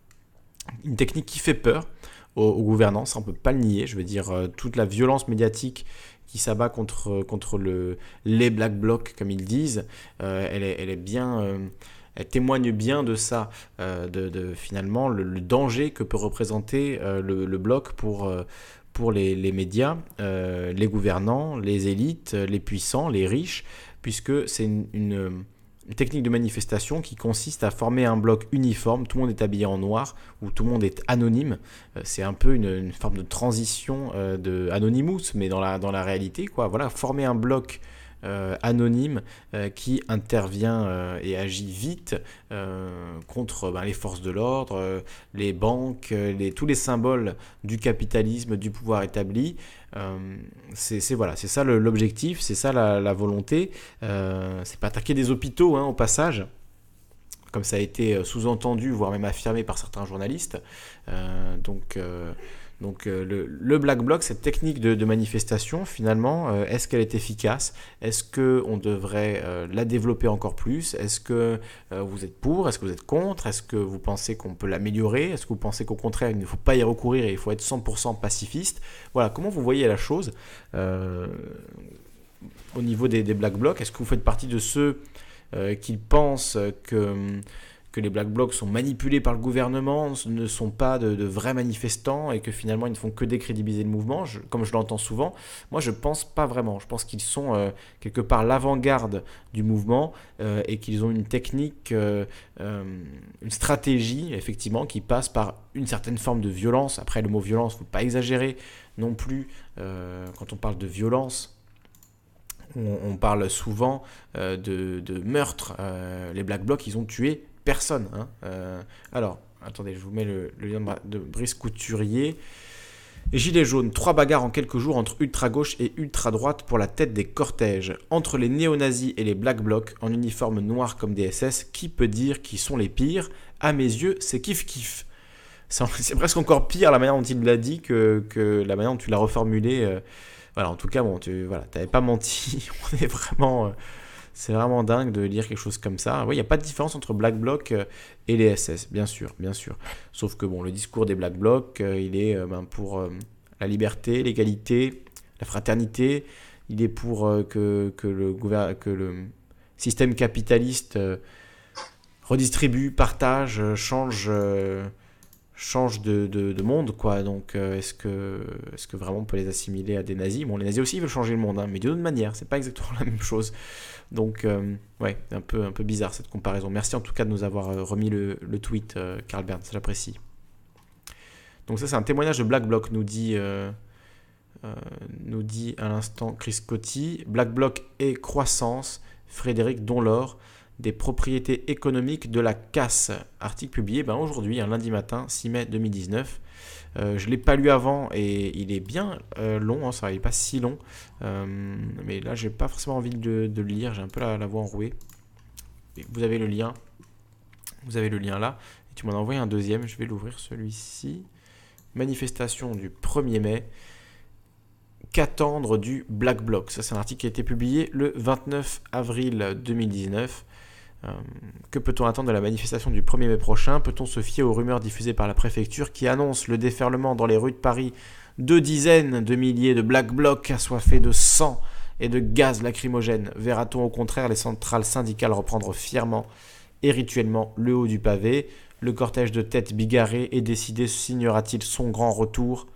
Une technique qui fait peur aux, aux gouvernants, ça on ne peut pas le nier. Je veux dire, euh, toute la violence médiatique qui s'abat contre, contre le, les Black Blocs, comme ils disent, euh, elle, est, elle est bien... euh, elle témoigne bien de ça, euh, de, de finalement le, le danger que peut représenter euh, le, le bloc pour, euh, pour les, les médias, euh, les gouvernants, les élites, les puissants, les riches, puisque c'est une, une, une technique de manifestation qui consiste à former un bloc uniforme, tout le monde est habillé en noir, où tout le monde est anonyme. Euh, c'est un peu une, une forme de transition euh, de Anonymous, mais dans la, dans la réalité, quoi. Voilà, former un bloc euh, anonyme euh, qui intervient euh, et agit vite euh, contre ben, les forces de l'ordre, euh, les banques, euh, les, tous les symboles du capitalisme, du pouvoir établi. Euh, c'est, c'est, voilà, c'est ça le, l'objectif, c'est ça la, la volonté. Euh, c'est pas attaquer des hôpitaux hein, au passage, comme ça a été sous-entendu, voire même affirmé par certains journalistes. Euh, donc, euh, donc euh, le, le Black Bloc, cette technique de, de manifestation, finalement, euh, est-ce qu'elle est efficace? Est-ce qu'on devrait euh, la développer encore plus? Est-ce que euh, vous êtes pour? Est-ce que vous êtes contre? Est-ce que vous pensez qu'on peut l'améliorer? Est-ce que vous pensez qu'au contraire, il ne faut pas y recourir et il faut être cent pour cent pacifiste? Voilà, comment vous voyez la chose? euh, au niveau des, des Black Blocs, est-ce que vous faites partie de ceux euh, qui pensent que, que les Black Blocs sont manipulés par le gouvernement, ne sont pas de, de vrais manifestants et que finalement ils ne font que décrédibiliser le mouvement, je, comme je l'entends souvent? Moi je pense pas vraiment, je pense qu'ils sont euh, quelque part l'avant-garde du mouvement euh, et qu'ils ont une technique, euh, euh, une stratégie effectivement qui passe par une certaine forme de violence. Après le mot violence, il ne faut pas exagérer non plus euh, quand on parle de violence. On, on parle souvent euh, de, de meurtre. Euh, les Black Blocs, ils ont tué personne. Hein. Euh, alors, attendez, je vous mets le, le lien de, de Brice Couturier. Et Gilets jaunes, trois bagarres en quelques jours entre ultra-gauche et ultra-droite pour la tête des cortèges. Entre les néo-nazis et les Black Blocs, en uniforme noir comme des S S, qui peut dire qui sont les pires? À mes yeux, c'est kiff-kiff. C'est presque encore pire la manière dont il l'a dit que, que la manière dont tu l'as reformulé. Euh, voilà, en tout cas, bon, tu voilà, t'avais pas menti. On est vraiment, euh, c'est vraiment dingue de lire quelque chose comme ça. Oui, il n'y a pas de différence entre Black Bloc euh, et les S S, bien sûr, bien sûr. Sauf que bon, le discours des Black Blocs, euh, il est euh, ben, pour euh, la liberté, l'égalité, la fraternité. Il est pour euh, que, que, le gouver- que le système capitaliste euh, redistribue, partage, euh, change. Euh, change de, de, de monde, quoi. Donc, euh, est-ce que, est-ce que vraiment on peut les assimiler à des nazis? Bon, les nazis aussi veulent changer le monde, hein, mais d'une autre manière, c'est pas exactement la même chose. Donc, euh, ouais, un peu, un peu bizarre cette comparaison. Merci en tout cas de nous avoir euh, remis le, le tweet, euh, Karl Berndt, j'apprécie. Donc ça, c'est un témoignage de Black Bloc, nous dit, euh, euh, nous dit à l'instant Chris Coty. Black Bloc et croissance, Frédéric Donlor. Des propriétés économiques de la casse. Article publié ben, aujourd'hui, un lundi matin, six mai deux mille dix-neuf. Euh, je ne l'ai pas lu avant et il est bien euh, long, hein, ça n'est pas si long. Euh, mais là, je n'ai pas forcément envie de, de le lire, j'ai un peu la, la voix enrouée. Vous avez le lien. Vous avez le lien là. Et tu m'en as envoyé un deuxième, je vais l'ouvrir celui-ci. Manifestation du premier mai. Qu'attendre du Black Bloc? Ça, c'est un article qui a été publié le vingt-neuf avril deux mille dix-neuf. Euh, que peut-on attendre de la manifestation du premier mai prochain? Peut-on se fier aux rumeurs diffusées par la préfecture qui annoncent le déferlement dans les rues de Paris de dizaines de milliers de Black Blocs assoiffés de sang et de gaz lacrymogène? Verra-t-on au contraire les centrales syndicales reprendre fièrement et rituellement le haut du pavé? Le cortège de têtes bigarrées et décidé signera-t-il son grand retour?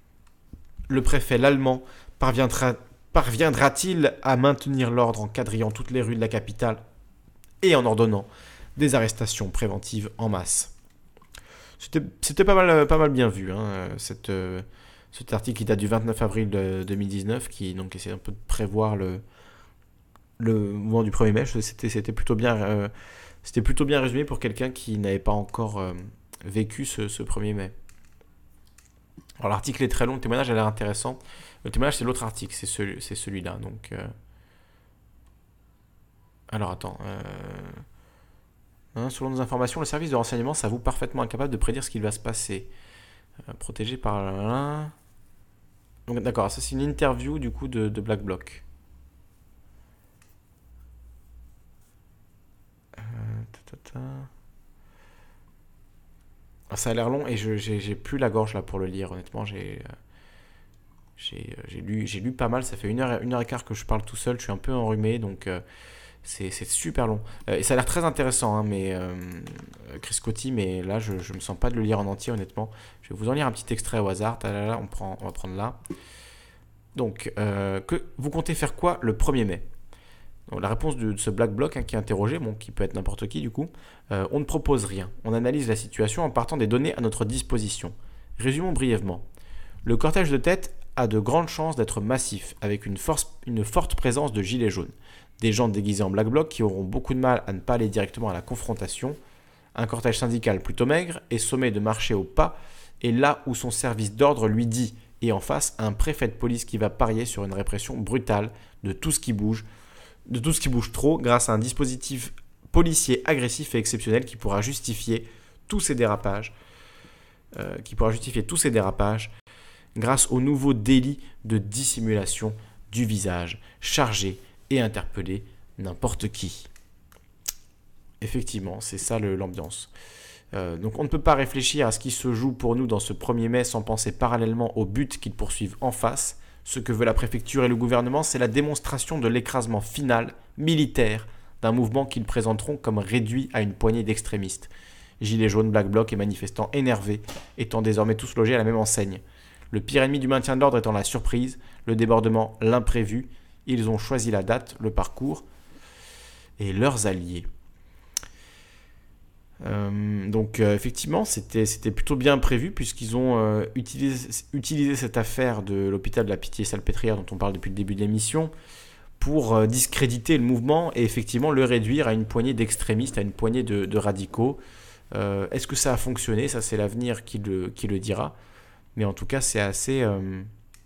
Le préfet l'allemand parviendra, parviendra-t-il à maintenir l'ordre en quadrillant toutes les rues de la capitale et en ordonnant des arrestations préventives en masse? C'était, c'était pas, mal, pas mal bien vu, hein, cette, euh, cet article qui date du vingt-neuf avril deux mille dix-neuf, qui donc essaie un peu de prévoir le, le mouvement du premier mai. C'était, c'était, plutôt bien, euh, c'était plutôt bien résumé pour quelqu'un qui n'avait pas encore euh, vécu ce, ce premier mai. Alors l'article est très long, le témoignage a l'air intéressant. Le témoignage c'est l'autre article, c'est, celui, c'est celui-là. Donc, euh... Alors attends. Euh... Hein, selon nos informations, le service de renseignement s'avoue parfaitement incapable de prédire ce qu'il va se passer. Euh, protégé par... Donc, d'accord, ça c'est une interview du coup de, de Black Bloc. Euh... Ta, ta, ta. Ça a l'air long et je, j'ai, j'ai plus la gorge là pour le lire, honnêtement. J'ai, j'ai, j'ai, lu, j'ai lu pas mal, ça fait une heure, une heure et quart que je parle tout seul, je suis un peu enrhumé, donc euh, c'est, c'est super long. Euh, et ça a l'air très intéressant, hein, mais euh, Chris Coty, mais là je ne me sens pas de le lire en entier, honnêtement. Je vais vous en lire un petit extrait au hasard. Là, on, prend, on va prendre là. Donc, euh, que, vous comptez faire quoi le premier mai? Donc, la réponse de, de ce Black Bloc hein, qui est interrogé, bon, qui peut être n'importe qui du coup, euh, on ne propose rien. On analyse la situation en partant des données à notre disposition. Résumons brièvement. Le cortège de tête a de grandes chances d'être massif, avec une, force, une forte présence de gilets jaunes. Des gens déguisés en Black Bloc qui auront beaucoup de mal à ne pas aller directement à la confrontation. Un cortège syndical plutôt maigre est sommé de marcher au pas, et là où son service d'ordre lui dit, et en face, un préfet de police qui va parier sur une répression brutale de tout ce qui bouge, de tout ce qui bouge trop grâce à un dispositif policier agressif et exceptionnel qui pourra justifier tous ces dérapages, euh, qui pourra justifier tous ces dérapages grâce au nouveau délit de dissimulation du visage, charger et interpeller n'importe qui. Effectivement, c'est ça le, l'ambiance. Euh, donc on ne peut pas réfléchir à ce qui se joue pour nous dans ce premier mai sans penser parallèlement aux buts qu'ils poursuivent en face. Ce que veut la préfecture et le gouvernement, c'est la démonstration de l'écrasement final, militaire, d'un mouvement qu'ils présenteront comme réduit à une poignée d'extrémistes. Gilets jaunes, Black Bloc et manifestants énervés étant désormais tous logés à la même enseigne. Le pire ennemi du maintien de l'ordre étant la surprise, le débordement, l'imprévu. Ils ont choisi la date, le parcours et leurs alliés. Euh, donc euh, effectivement, c'était, c'était plutôt bien prévu puisqu'ils ont euh, utilisé, utilisé cette affaire de l'hôpital de la Pitié-Salpêtrière dont on parle depuis le début de l'émission pour euh, discréditer le mouvement et effectivement le réduire à une poignée d'extrémistes, à une poignée de, de radicaux. Euh, est-ce que ça a fonctionné ? Ça, c'est l'avenir qui le, qui le dira. Mais en tout cas, c'est assez... Euh,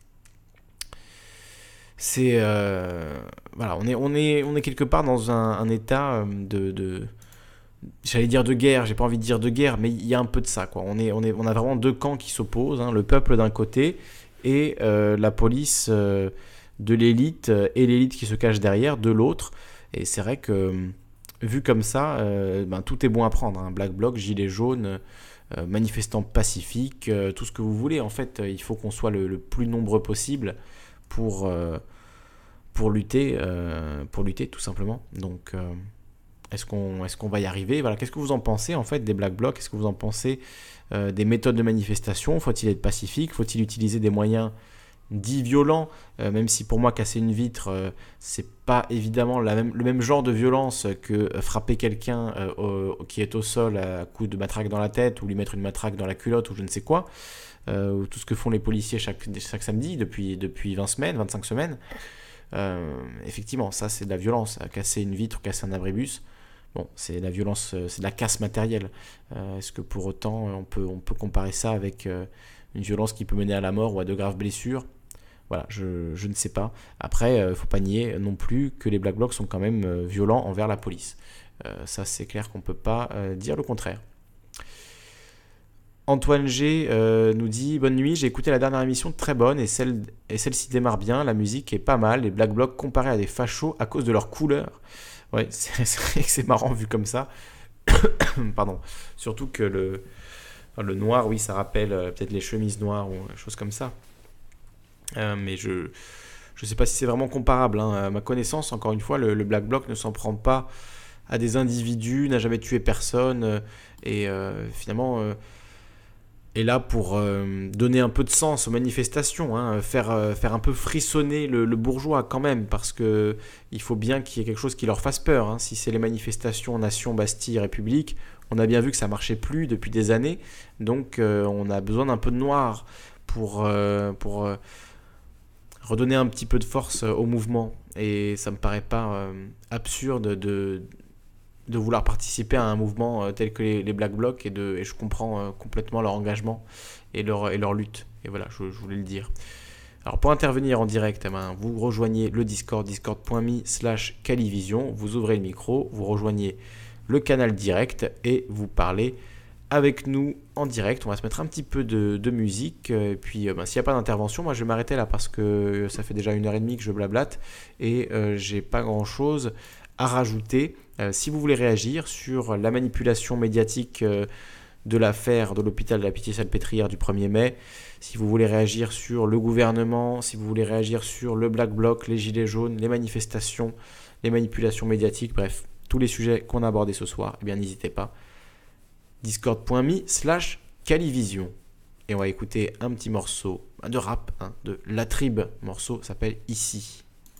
c'est... Euh, voilà, on est, on, est, on est quelque part dans un, un état de... de J'allais dire de guerre, j'ai pas envie de dire de guerre, mais il y a un peu de ça, quoi. On, est, on, est, on a vraiment deux camps qui s'opposent, hein, le peuple d'un côté et euh, la police euh, de l'élite euh, et l'élite qui se cache derrière de l'autre. Et c'est vrai que, vu comme ça, euh, ben, tout est bon à prendre. Hein. Black Bloc, Gilets jaunes, euh, manifestants pacifiques, euh, tout ce que vous voulez. En fait, il faut qu'on soit le, le plus nombreux possible pour, euh, pour, lutter, euh, pour lutter, tout simplement. Donc... Euh, Est-ce qu'on, est-ce qu'on va y arriver ? Voilà. Qu'est-ce que vous en pensez en fait des Black Blocs ? Qu'est-ce que vous en pensez euh, des méthodes de manifestation ? Faut-il être pacifique ? Faut-il utiliser des moyens dits violents ? euh, Même si pour moi casser une vitre, euh, c'est pas évidemment la même, le même genre de violence que frapper quelqu'un euh, au, qui est au sol à coup de matraque dans la tête ou lui mettre une matraque dans la culotte ou je ne sais quoi. Euh, ou tout ce que font les policiers chaque, chaque samedi depuis, depuis vingt semaines, vingt-cinq semaines. Euh, effectivement, ça c'est de la violence. Casser une vitre, casser un abribus. Bon, c'est de la violence, c'est de la casse matérielle. Euh, est-ce que pour autant on peut, on peut comparer ça avec euh, une violence qui peut mener à la mort ou à de graves blessures ? Voilà, je, je ne sais pas. Après, il euh, ne faut pas nier non plus que les Black Blocs sont quand même euh, violents envers la police. Euh, ça, c'est clair qu'on ne peut pas euh, dire le contraire. Antoine G euh, nous dit « Bonne nuit, j'ai écouté la dernière émission, très bonne, et, celle, et celle-ci démarre bien, la musique est pas mal, les Black Blocs comparés à des fachos à cause de leur couleur. » Ouais, c'est, c'est vrai que c'est marrant vu comme ça. Pardon. Surtout que le, enfin, le noir, oui, ça rappelle euh, peut-être les chemises noires ou des choses comme ça. Euh, mais je ne sais pas si c'est vraiment comparable. Hein. À ma connaissance, encore une fois, le, le Black Bloc ne s'en prend pas à des individus, n'a jamais tué personne. Euh, et euh, finalement... Euh, est là pour euh, donner un peu de sens aux manifestations, hein, faire, euh, faire un peu frissonner le, le bourgeois quand même, parce qu'il faut bien qu'il y ait quelque chose qui leur fasse peur. Hein. Si c'est les manifestations Nation, Bastille, République, on a bien vu que ça ne marchait plus depuis des années, donc euh, on a besoin d'un peu de noir pour, euh, pour euh, redonner un petit peu de force au mouvement. Et ça ne me paraît pas euh, absurde de... de vouloir participer à un mouvement euh, tel que les, les Black Blocs et, de, et je comprends euh, complètement leur engagement et leur, et leur lutte. Et voilà, je, je voulais le dire. Alors pour intervenir en direct, eh ben, vous rejoignez le Discord, discord.me slash Calivision, vous ouvrez le micro, vous rejoignez le canal direct et vous parlez avec nous en direct. On va se mettre un petit peu de, de musique et puis euh, ben, s'il n'y a pas d'intervention, moi je vais m'arrêter là parce que ça fait déjà une heure et demie que je blablate et euh, j'ai pas grand chose à rajouter. Euh, si vous voulez réagir sur la manipulation médiatique euh, de l'affaire de l'hôpital de la Pitié-Salpêtrière du premier mai, si vous voulez réagir sur le gouvernement, si vous voulez réagir sur le Black Bloc, les gilets jaunes, les manifestations, les manipulations médiatiques, bref, tous les sujets qu'on a abordés ce soir, eh bien n'hésitez pas. discord.me slash Calivision. Et on va écouter un petit morceau de rap hein, de La Tribe. Le morceau s'appelle Ici.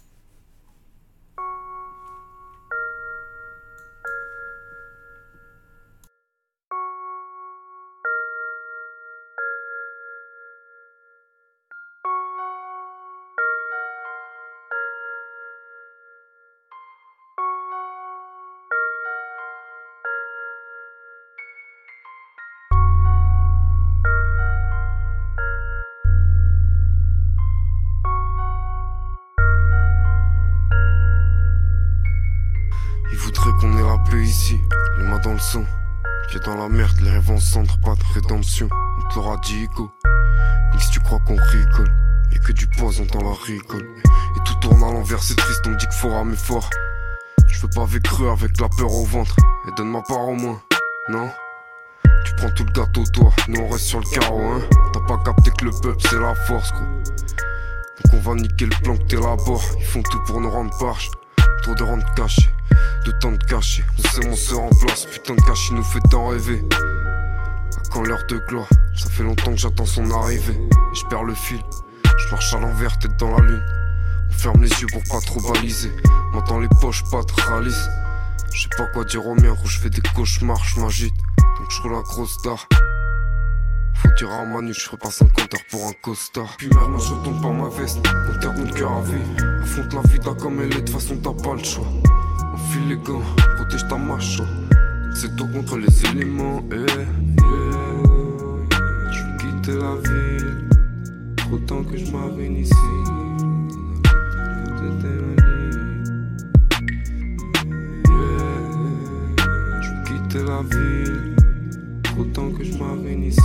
Qu'on ait la paix ici, les mains dans le sang, pieds dans la merde, les rêves en centre, pas de rédemption, on te l'aura dit go. Ni si tu crois qu'on rigole, y'a que du poison dans la rigole. Et tout tourne à l'envers, c'est triste, on me dit qu'il faut ramer fort. Je veux pas avec creux, avec la peur au ventre, et donne ma part au moins, non. Tu prends tout le gâteau toi, nous on reste sur le carreau hein. T'as pas capté que le peuple c'est la force gros. Donc on va niquer le plan que t'élabores. Ils font tout pour nous rendre barges. Trop de rendre cachés, de temps de cacher. On sait on se remplace, putain de cache il nous fait tant rêver. À quand l'heure de gloire, ça fait longtemps que j'attends son arrivée. Et je perds le fil, je marche à l'envers, tête dans la lune. On ferme les yeux pour pas trop baliser. M'entends les poches pas te réalise. Je sais pas quoi dire aux miens, quand je fais des cauchemars, je m'agite. Donc je roule un gros star. Faut dire à Manu, je ferai pas cinquante heures pour un costard. Puis merde, moi je retourne par ma veste, on terre mon cœur à vie. Affronte la vie, t'as comme elle est, de toute façon t'as pas le choix. Enfile les gants, protège ta macho. C'est toi contre les éléments, eh, yeah. Je veux quitter la ville, trop temps que je m'arrête ici. Yeah. Je veux quitter la ville, trop temps que je m'arrête ici.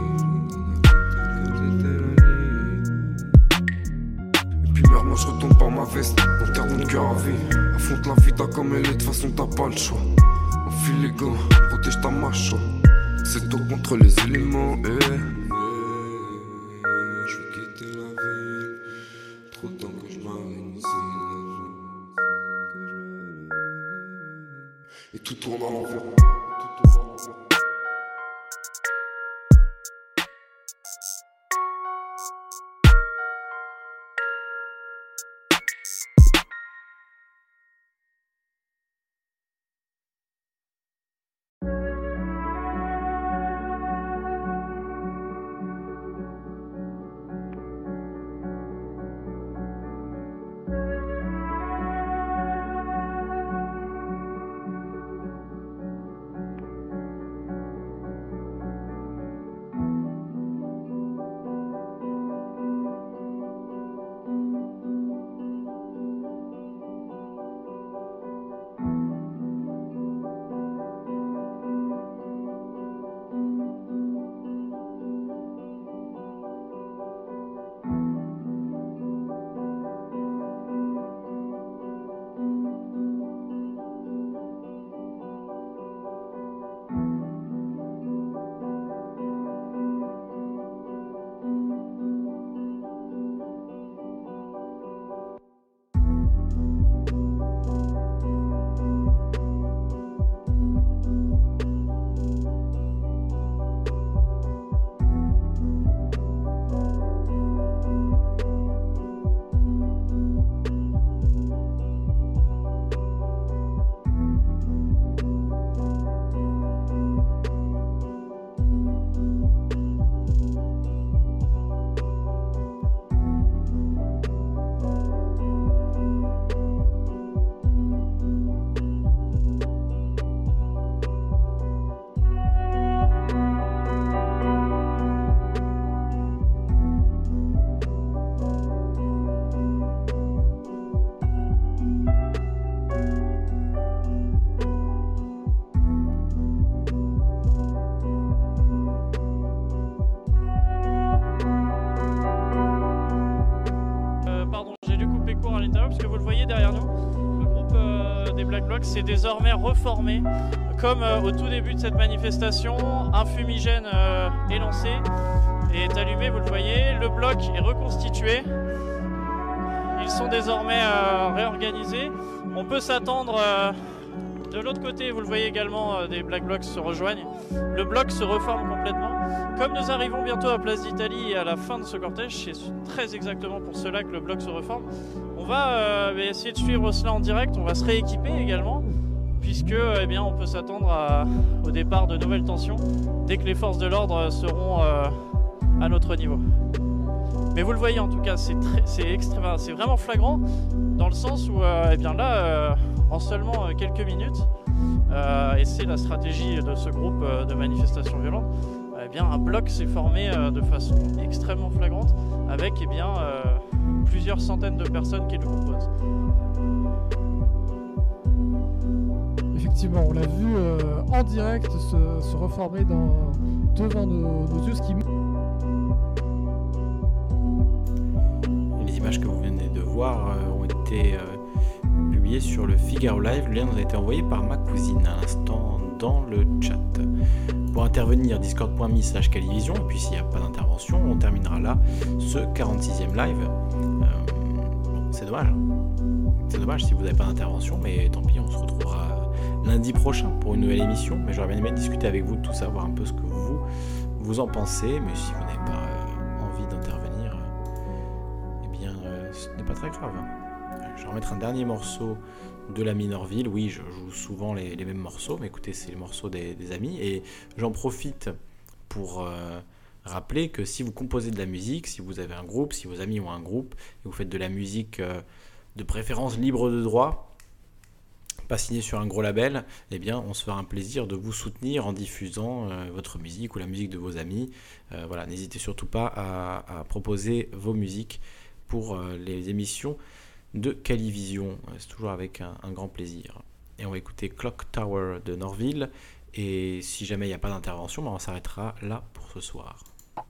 Et puis merde, moi je retourne par ma veste, on terre mon cœur à vie. Affronte la vie, t'as comme elle est, de toute façon t'as pas le choix. Enfile les gants, protège ta macho. C'est toi contre les éléments, eh. Je veux quitter la ville, trop temps que je m'arrête ici. Et tout tourne à l'envers. C'est désormais reformé. Comme euh, au tout début de cette manifestation, un fumigène euh, est lancé et est allumé, vous le voyez. Le bloc est reconstitué. Ils sont désormais euh, réorganisés. On peut s'attendre euh, de l'autre côté, vous le voyez également, euh, des Black Blocs se rejoignent. Le bloc se reforme complètement. Comme nous arrivons bientôt à Place d'Italie et à la fin de ce cortège, c'est très exactement pour cela que le bloc se reforme. On va euh, essayer de suivre cela en direct, on va se rééquiper également, puisque eh bien, on peut s'attendre à, au départ de nouvelles tensions dès que les forces de l'ordre seront euh, à notre niveau. Mais vous le voyez en tout cas, c'est, très, c'est, extrêmement, c'est vraiment flagrant, dans le sens où euh, eh bien là, euh, en seulement quelques minutes, euh, et c'est la stratégie de ce groupe euh, de manifestations violentes, eh bien, un bloc s'est formé euh, de façon extrêmement flagrante, avec eh bien, euh, plusieurs centaines de personnes qui le composent. Effectivement, on l'a vu euh, en direct se, se reformer dans, devant nos, nos yeux, ce qui... Les images que vous venez de voir euh, ont été euh, publiées sur le Figaro Live. Le lien nous a été envoyé par ma cousine à l'instant dans le chat. Pour intervenir, discord point me slash calivision, et puis s'il n'y a pas d'intervention, on terminera là ce quarante-sixième live. Euh, dommage. Hein. C'est dommage si vous n'avez pas d'intervention, mais tant pis, on se retrouvera lundi prochain pour une nouvelle émission. Mais j'aurais bien aimé discuter avec vous de tout ça, voir un peu ce que vous, vous en pensez. Mais si vous n'avez pas euh, envie d'intervenir, euh, eh bien, euh, ce n'est pas très grave. Je vais remettre un dernier morceau de la Minorville. Oui, je joue souvent les, les mêmes morceaux, mais écoutez, c'est les morceaux des, des amis. Et j'en profite pour euh, rappeler que si vous composez de la musique, si vous avez un groupe, si vos amis ont un groupe, et vous faites de la musique euh, de préférence libre de droit, pas signé sur un gros label, eh bien, on se fera un plaisir de vous soutenir en diffusant euh, votre musique ou la musique de vos amis. Euh, voilà, n'hésitez surtout pas à, à proposer vos musiques pour euh, les émissions de Calivision. C'est toujours avec un, un grand plaisir. Et on va écouter Clock Tower de Norville. Et si jamais il n'y a pas d'intervention, ben on s'arrêtera là pour ce soir.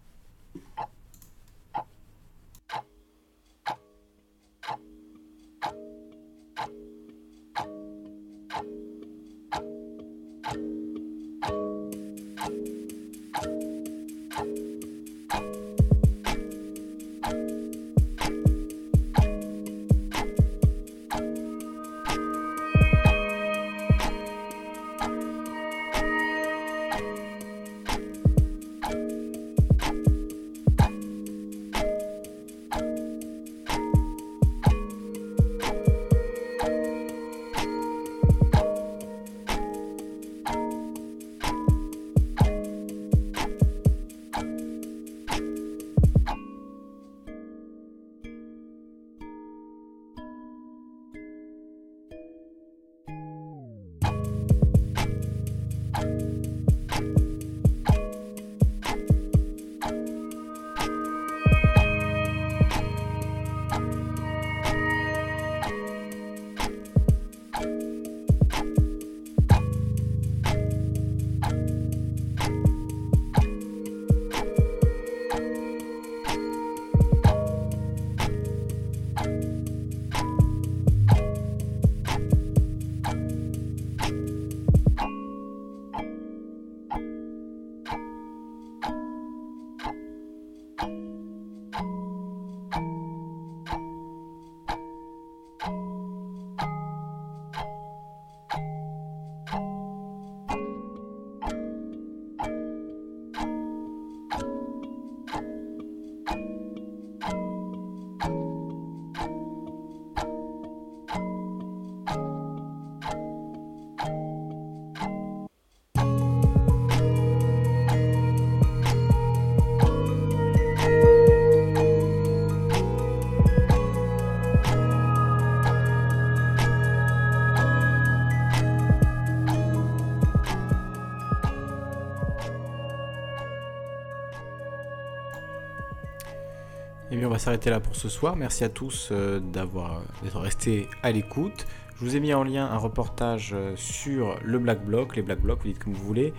Et bien on va s'arrêter là pour ce soir. Merci à tous euh, d'avoir d'être restés à l'écoute. Je vous ai mis en lien un reportage euh, sur le Black Bloc, les Black Blocs, vous dites comme vous voulez.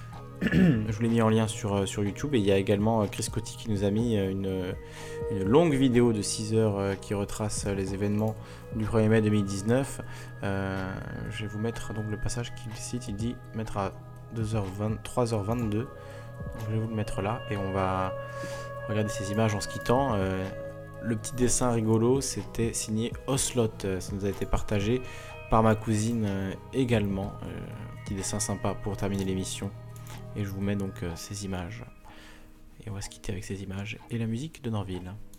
Je vous l'ai mis en lien sur, euh, sur YouTube, et il y a également euh, Chris Coty qui nous a mis euh, une, une longue vidéo de six heures euh, qui retrace euh, les événements du premier mai deux mille dix-neuf. Euh, je vais vous mettre donc le passage qu'il cite, il dit mettre à deux heures vingt, trois heures vingt-deux. Donc, je vais vous le mettre là et on va regarder ces images en se quittant. Euh, le petit dessin rigolo, c'était signé Oslot. Euh, ça nous a été partagé par ma cousine euh, également. Euh, petit dessin sympa pour terminer l'émission. Et je vous mets donc euh, ces images. Et on va se quitter avec ces images et la musique de Norville.